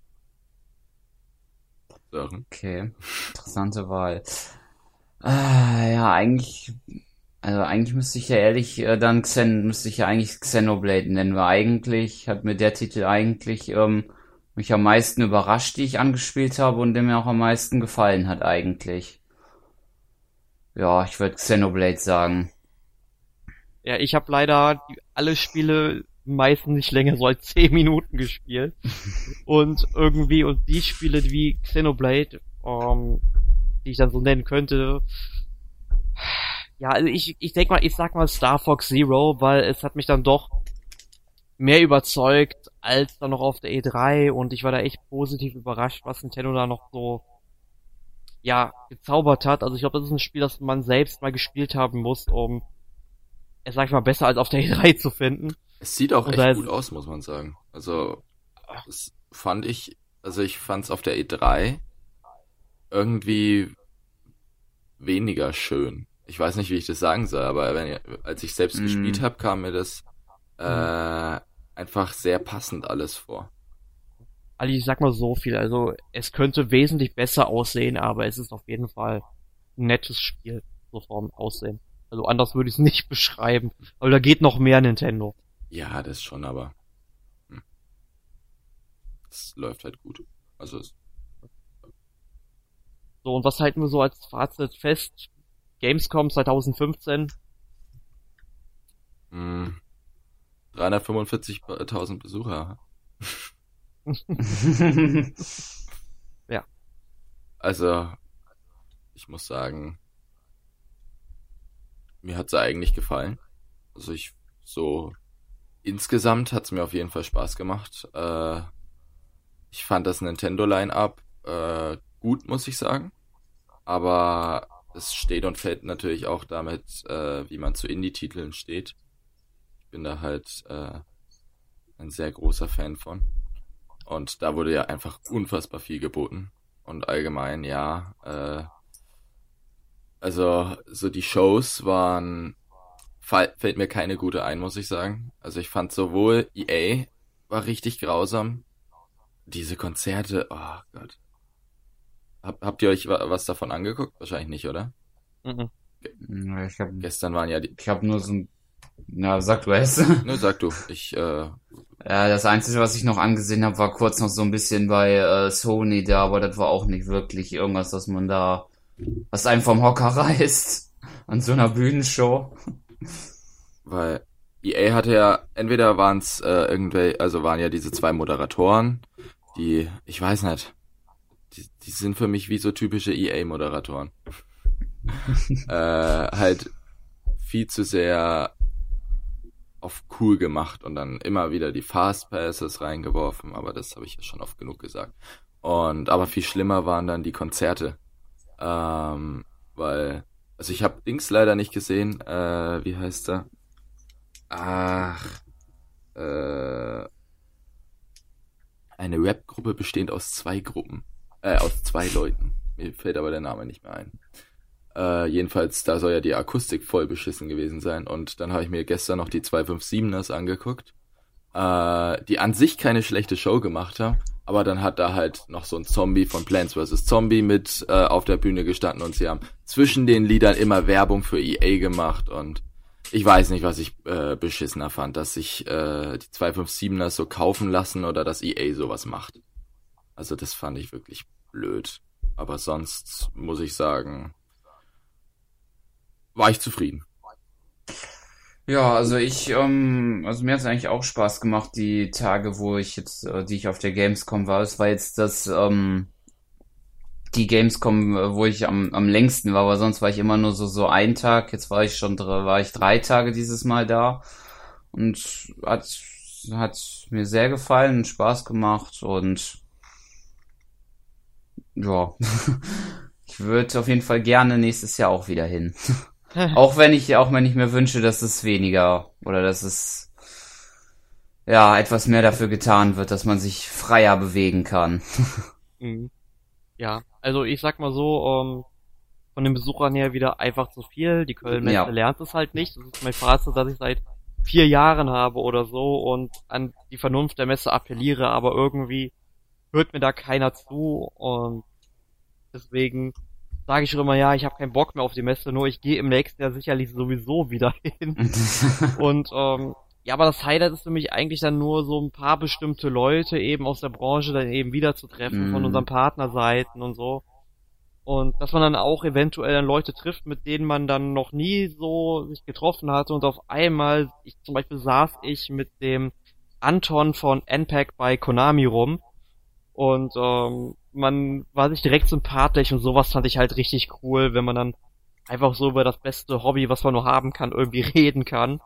Sören. Okay, interessante Wahl. Ah, ja, eigentlich, also eigentlich müsste ich ja ehrlich äh, dann Xen, müsste ich ja eigentlich Xenoblade nennen, weil eigentlich hat mir der Titel eigentlich ähm, mich am meisten überrascht, die ich angespielt habe und der mir auch am meisten gefallen hat eigentlich. Ja, ich würde Xenoblade sagen. Ja, ich habe leider die, alle Spiele meistens nicht länger so als zehn Minuten gespielt. Und irgendwie, und die Spiele wie Xenoblade, ähm, die ich dann so nennen könnte, ja, also ich, ich denk mal, ich sag mal Star Fox Zero, weil es hat mich dann doch mehr überzeugt als dann noch auf der E drei und ich war da echt positiv überrascht, was Nintendo da noch so, ja, gezaubert hat. Also ich glaube, das ist ein Spiel, das man selbst mal gespielt haben muss, um es, sag ich mal, besser als auf der E drei zu finden. Es sieht auch Und echt da gut ist- aus, muss man sagen. Also, das fand ich, also ich fand's auf der E drei irgendwie weniger schön. Ich weiß nicht, wie ich das sagen soll, aber wenn, als ich selbst Mm. gespielt habe, kam mir das äh, einfach sehr passend alles vor. Also ich sag mal so viel, also es könnte wesentlich besser aussehen, aber es ist auf jeden Fall ein nettes Spiel, so vom Aussehen. Also anders würde ich es nicht beschreiben. Aber da geht noch mehr Nintendo. Ja, das schon, aber hm. Es läuft halt gut. Also es, So, und was halten wir so als Fazit fest? Gamescom zwanzig fünfzehn, mh, dreihundertfünfundvierzigtausend Besucher. ja. Also, ich muss sagen, mir hat's eigentlich gefallen. Also ich, so, insgesamt hat's mir auf jeden Fall Spaß gemacht. Äh, ich fand das Nintendo-Line-Up äh, gut, muss ich sagen. Aber es steht und fällt natürlich auch damit, äh, wie man zu Indie-Titeln steht. Ich bin da halt äh, ein sehr großer Fan von. Und da wurde ja einfach unfassbar viel geboten. Und allgemein, ja, äh, also so die Shows waren, fall, fällt mir keine gute ein, muss ich sagen. Also ich fand sowohl E A war richtig grausam, diese Konzerte, oh Gott. hab, habt ihr euch wa- was davon angeguckt? Wahrscheinlich nicht, oder? Mhm. Ja, Ich habe Gestern waren ja die... ich hab nur so ein, na, sag du es. Ne, sag du. Ich, äh, Ja, das Einzige, was ich noch angesehen habe, war kurz noch so ein bisschen bei äh, Sony da, aber das war auch nicht wirklich irgendwas, dass man da, was einem vom Hocker reißt an so einer Bühnenshow. weil E A hatte ja, entweder waren es äh, irgendwelche, also waren ja diese zwei Moderatoren, die, ich weiß nicht, die, die sind für mich wie so typische E A-Moderatoren. äh, halt viel zu sehr auf cool gemacht und dann immer wieder die Fast Passes reingeworfen, aber das habe ich ja schon oft genug gesagt. Und aber viel schlimmer waren dann die Konzerte, ähm, weil, also ich habe Dings leider nicht gesehen, äh, wie heißt er? Ach, äh, eine Rap-Gruppe bestehend aus zwei Gruppen, äh, aus zwei Leuten. Mir fällt aber der Name nicht mehr ein. Äh, jedenfalls, da soll ja die Akustik voll beschissen gewesen sein. Und dann habe ich mir gestern noch die zwei fünf siebeners angeguckt, äh, die an sich keine schlechte Show gemacht haben. Aber dann hat da halt noch so ein Zombie von Plants versus. Zombie mit äh, auf der Bühne gestanden und sie haben zwischen den Liedern immer Werbung für E A gemacht. Und ich weiß nicht, was ich äh, beschissener fand, dass sich äh, die zwei fünf siebeners so kaufen lassen oder dass E A sowas macht. Also das fand ich wirklich blöd. Aber sonst muss ich sagen, war ich zufrieden. Ja, also ich, ähm, also mir hat es eigentlich auch Spaß gemacht, die Tage, wo ich jetzt, äh, die ich auf der Gamescom war. Es war jetzt das, ähm, die Gamescom, äh, wo ich am, am längsten war, aber sonst war ich immer nur so, so ein Tag. Jetzt war ich schon, dr- war ich drei Tage dieses Mal da und hat, hat mir sehr gefallen und Spaß gemacht und ja, ich würde auf jeden Fall gerne nächstes Jahr auch wieder hin. Auch wenn ich, auch wenn ich mir wünsche, dass es weniger oder dass es ja etwas mehr dafür getan wird, dass man sich freier bewegen kann. Mhm. Ja, also ich sag mal so, ähm, von den Besuchern her wieder einfach zu viel. Die Köln-Messe Ja. lernt es halt nicht. Das ist mein Fazit, dass ich seit vier Jahren habe oder so und an die Vernunft der Messe appelliere, aber irgendwie hört mir da keiner zu und deswegen sage ich schon immer, ja, ich habe keinen Bock mehr auf die Messe, nur ich gehe im nächsten Jahr sicherlich sowieso wieder hin. Und ähm, ja, aber das Highlight ist für mich eigentlich dann nur so ein paar bestimmte Leute eben aus der Branche dann eben wiederzutreffen von Mhm. unseren Partnerseiten und so. Und dass man dann auch eventuell dann Leute trifft, mit denen man dann noch nie so sich getroffen hatte und auf einmal, ich zum Beispiel saß ich mit dem Anton von N P A C bei Konami rum und ähm, man war sich direkt sympathisch und sowas fand ich halt richtig cool, wenn man dann einfach so über das beste Hobby, was man nur haben kann, irgendwie reden kann.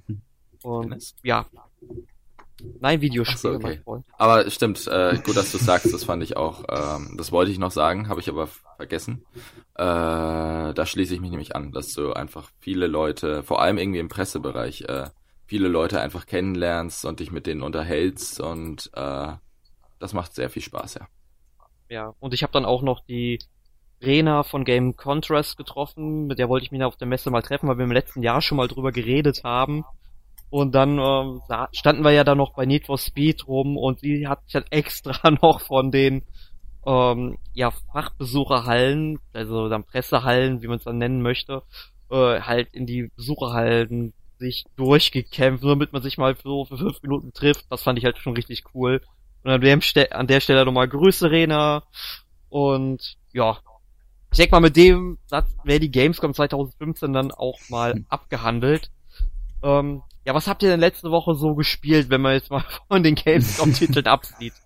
Und ja. Nein, Videospiele, Ach so, okay. mein Freund. Aber stimmt, äh, gut, dass du sagst, das fand ich auch, ähm, das wollte ich noch sagen, habe ich aber vergessen. Äh, da schließe ich mich nämlich an, dass du einfach viele Leute, vor allem irgendwie im Pressebereich, äh, viele Leute einfach kennenlernst und dich mit denen unterhältst und äh, das macht sehr viel Spaß, ja. Ja, und ich habe dann auch noch die Rena von Game Contrast getroffen, mit der wollte ich mich auf der Messe mal treffen, weil wir im letzten Jahr schon mal drüber geredet haben. Und dann ähm, sa- standen wir ja dann noch bei Need for Speed rum und sie hat sich dann extra noch von den ähm, ja Fachbesucherhallen, also dann Pressehallen, wie man es dann nennen möchte, äh, halt in die Besucherhallen sich durchgekämpft, nur damit man sich mal so für fünf Minuten trifft. Das fand ich halt schon richtig cool. Und an, dem Ste- an der Stelle nochmal Grüße, Rena. Und ja, ich denke mal, mit dem Satz wäre die Gamescom zwanzig fünfzehn dann auch mal abgehandelt. Ähm, ja, was habt ihr denn letzte Woche so gespielt, wenn man jetzt mal von den Gamescom-Titeln absieht?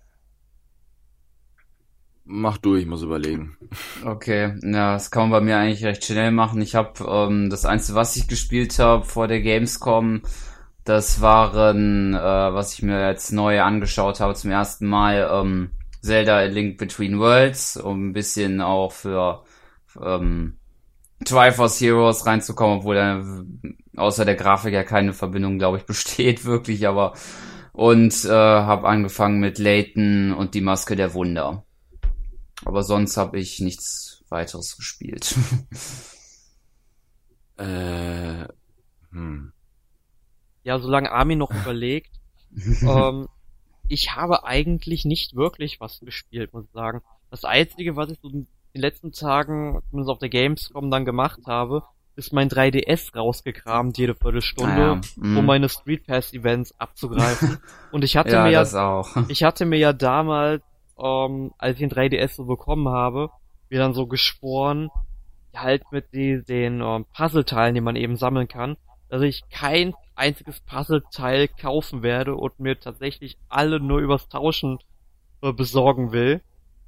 Mach du, ich muss überlegen. Okay, ja, das kann man bei mir eigentlich recht schnell machen. Ich habe ähm, das Einzige, was ich gespielt habe vor der Gamescom, das waren, äh, was ich mir jetzt neu angeschaut habe zum ersten Mal, ähm, Zelda A Link Between Worlds, um ein bisschen auch für ähm, Triforce Heroes reinzukommen, obwohl da außer der Grafik ja keine Verbindung, glaube ich, besteht wirklich, aber und äh, habe angefangen mit Layton und die Maske der Wunder. Aber sonst habe ich nichts weiteres gespielt. Äh, hm. Ja, solange Armin noch überlegt. ähm, ich habe eigentlich nicht wirklich was gespielt, muss ich sagen. Das Einzige, was ich so ein in den letzten Tagen, zumindest auf der Gamescom dann gemacht habe, ist mein drei D S rausgekramt jede Viertelstunde, Ah, ja. Mm. um meine Street Pass Events abzugreifen. Und ich hatte Ja, mir ja, das auch. ich hatte mir ja damals, ähm, als ich den drei D S so bekommen habe, mir dann so geschworen, halt mit die, den ähm, Puzzleteilen, die man eben sammeln kann, dass ich kein einziges Puzzleteil kaufen werde und mir tatsächlich alle nur übers Tauschen äh, besorgen will.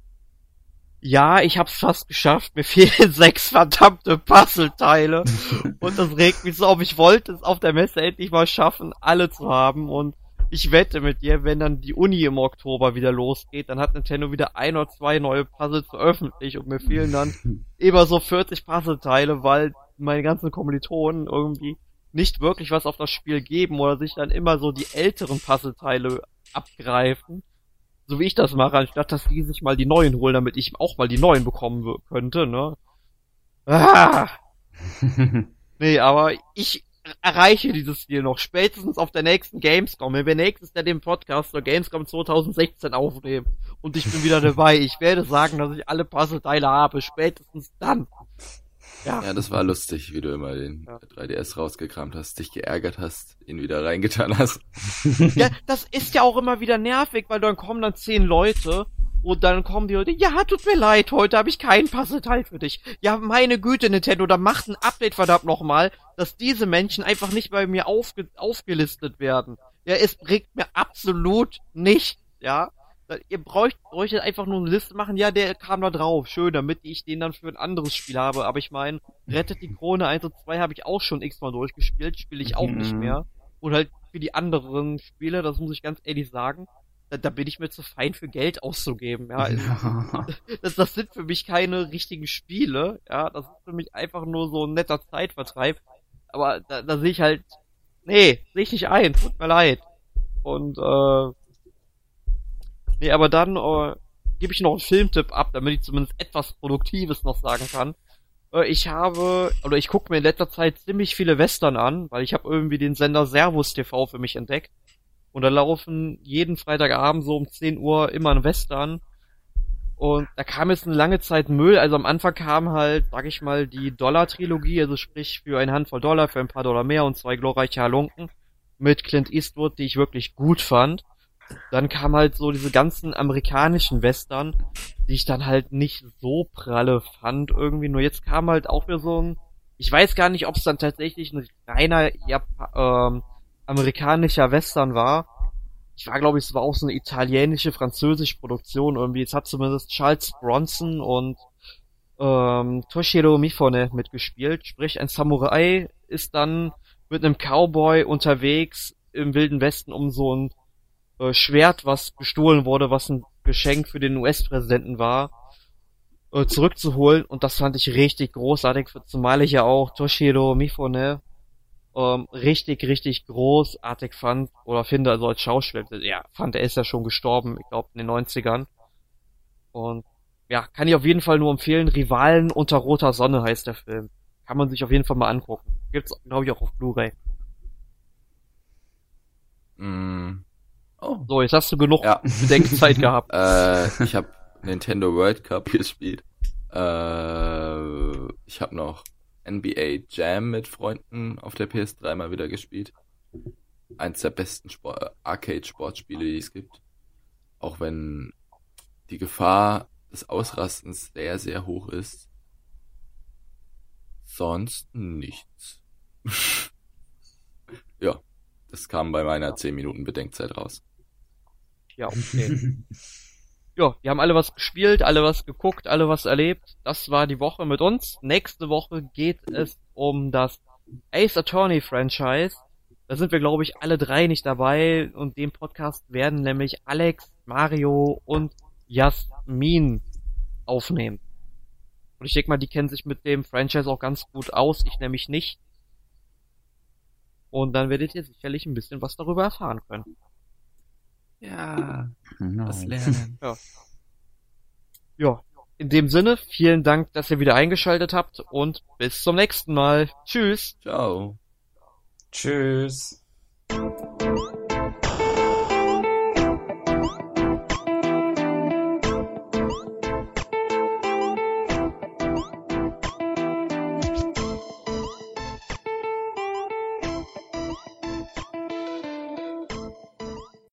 Ja, ich hab's fast geschafft. Mir fehlen sechs verdammte Puzzleteile. Und das regt mich so auf. Ich wollte es auf der Messe endlich mal schaffen, alle zu haben. Und ich wette mit dir, wenn dann die Uni im Oktober wieder losgeht, dann hat Nintendo wieder ein oder zwei neue Puzzles veröffentlicht. Und mir fehlen dann immer so vierzig Puzzleteile, weil meine ganzen Kommilitonen irgendwie nicht wirklich was auf das Spiel geben oder sich dann immer so die älteren Puzzleteile abgreifen. So wie ich das mache, anstatt dass die sich mal die neuen holen, damit ich auch mal die neuen bekommen w- könnte, ne? Ah! Nee, aber ich erreiche dieses Ziel noch, spätestens auf der nächsten Gamescom. Wenn wir nächstes Jahr den Podcast zur Gamescom zwanzig sechzehn aufnehmen und ich bin wieder dabei, ich werde sagen, dass ich alle Puzzleteile habe, spätestens dann. Ja, Ja, das war lustig, wie du immer den Ja. drei D S rausgekramt hast, dich geärgert hast, ihn wieder reingetan hast. ja, das ist ja auch immer wieder nervig, weil dann kommen dann zehn Leute und dann kommen die Leute, ja, tut mir leid, heute habe ich kein Puzzleteil für dich. Ja, meine Güte, Nintendo, da macht ein Update verdammt nochmal, dass diese Menschen einfach nicht bei mir aufge aufgelistet werden. Ja, es bringt mir absolut nichts, ja. Ihr bräucht, bräuchtet einfach nur eine Liste machen, ja, der kam da drauf, schön, damit ich den dann für ein anderes Spiel habe, aber ich meine, Rettet die Krone eins und zwei habe ich auch schon x-mal durchgespielt, spiele ich auch Mhm. nicht mehr. Und halt für die anderen Spiele, das muss ich ganz ehrlich sagen, da, da bin ich mir zu fein für Geld auszugeben, ja. Das, das sind für mich keine richtigen Spiele, ja, das ist für mich einfach nur so ein netter Zeitvertreib, aber da, da sehe ich halt, nee, sehe ich nicht ein, tut mir leid. Und, äh, nee, aber dann äh, gebe ich noch einen Filmtipp ab, damit ich zumindest etwas Produktives noch sagen kann. Äh, ich habe, oder ich gucke mir in letzter Zeit ziemlich viele Western an, weil ich habe irgendwie den Sender Servus T V für mich entdeckt. Und da laufen jeden Freitagabend so um zehn Uhr immer ein Western. Und da kam jetzt eine lange Zeit Müll. Also am Anfang kam halt, sag ich mal, die Dollar-Trilogie, also sprich für eine Handvoll Dollar, für ein paar Dollar mehr und zwei glorreiche Halunken mit Clint Eastwood, die ich wirklich gut fand. Dann kam halt so diese ganzen amerikanischen Western, die ich dann halt nicht so pralle fand irgendwie. Nur jetzt kam halt auch wieder so ein, ich weiß gar nicht, ob es dann tatsächlich ein reiner Jap- ähm, amerikanischer Western war. Ich war, glaube ich, es war auch so eine italienische, französische Produktion irgendwie. Es hat zumindest Charles Bronson und ähm, Toshiro Mifune mitgespielt. Sprich, ein Samurai ist dann mit einem Cowboy unterwegs im Wilden Westen, um so ein äh, Schwert, was gestohlen wurde, was ein Geschenk für den U S-Präsidenten war, äh, zurückzuholen. Und das fand ich richtig großartig, zumal ich ja auch Toshiro Mifune ähm, richtig, richtig großartig fand oder finde, also als Schauspieler. Ja, fand, er ist ja schon gestorben, ich glaube in den neunzigern. Und ja, kann ich auf jeden Fall nur empfehlen. Rivalen unter roter Sonne heißt der Film. Kann man sich auf jeden Fall mal angucken. Gibt's, glaube ich, auch auf Blu-ray. Mm. Oh. So, jetzt hast du genug Ja. Bedenkzeit gehabt. Äh, ich habe Nintendo World Cup gespielt. Äh, ich habe noch N B A Jam mit Freunden auf der P S drei mal wieder gespielt. Eins der besten Sport- Arcade-Sportspiele, die es gibt. Auch wenn die Gefahr des Ausrastens sehr, sehr hoch ist. Sonst nichts. Ja, das kam bei meiner zehn Minuten Bedenkzeit raus. Ja, okay. Ja, wir haben alle was gespielt, alle was geguckt, alle was erlebt. Das war die Woche mit uns. Nächste Woche geht es um das Ace Attorney Franchise. Da sind wir, glaube ich, alle drei nicht dabei. Und dem Podcast werden nämlich Alex, Mario und Jasmin aufnehmen. Und ich denke mal, die kennen sich mit dem Franchise auch ganz gut aus. Ich nämlich nicht. Und dann werdet ihr sicherlich ein bisschen was darüber erfahren können. Ja, was Nice. lernen. Ja. Ja, in dem Sinne, vielen Dank, dass ihr wieder eingeschaltet habt und bis zum nächsten Mal. Tschüss. Ciao. Tschüss.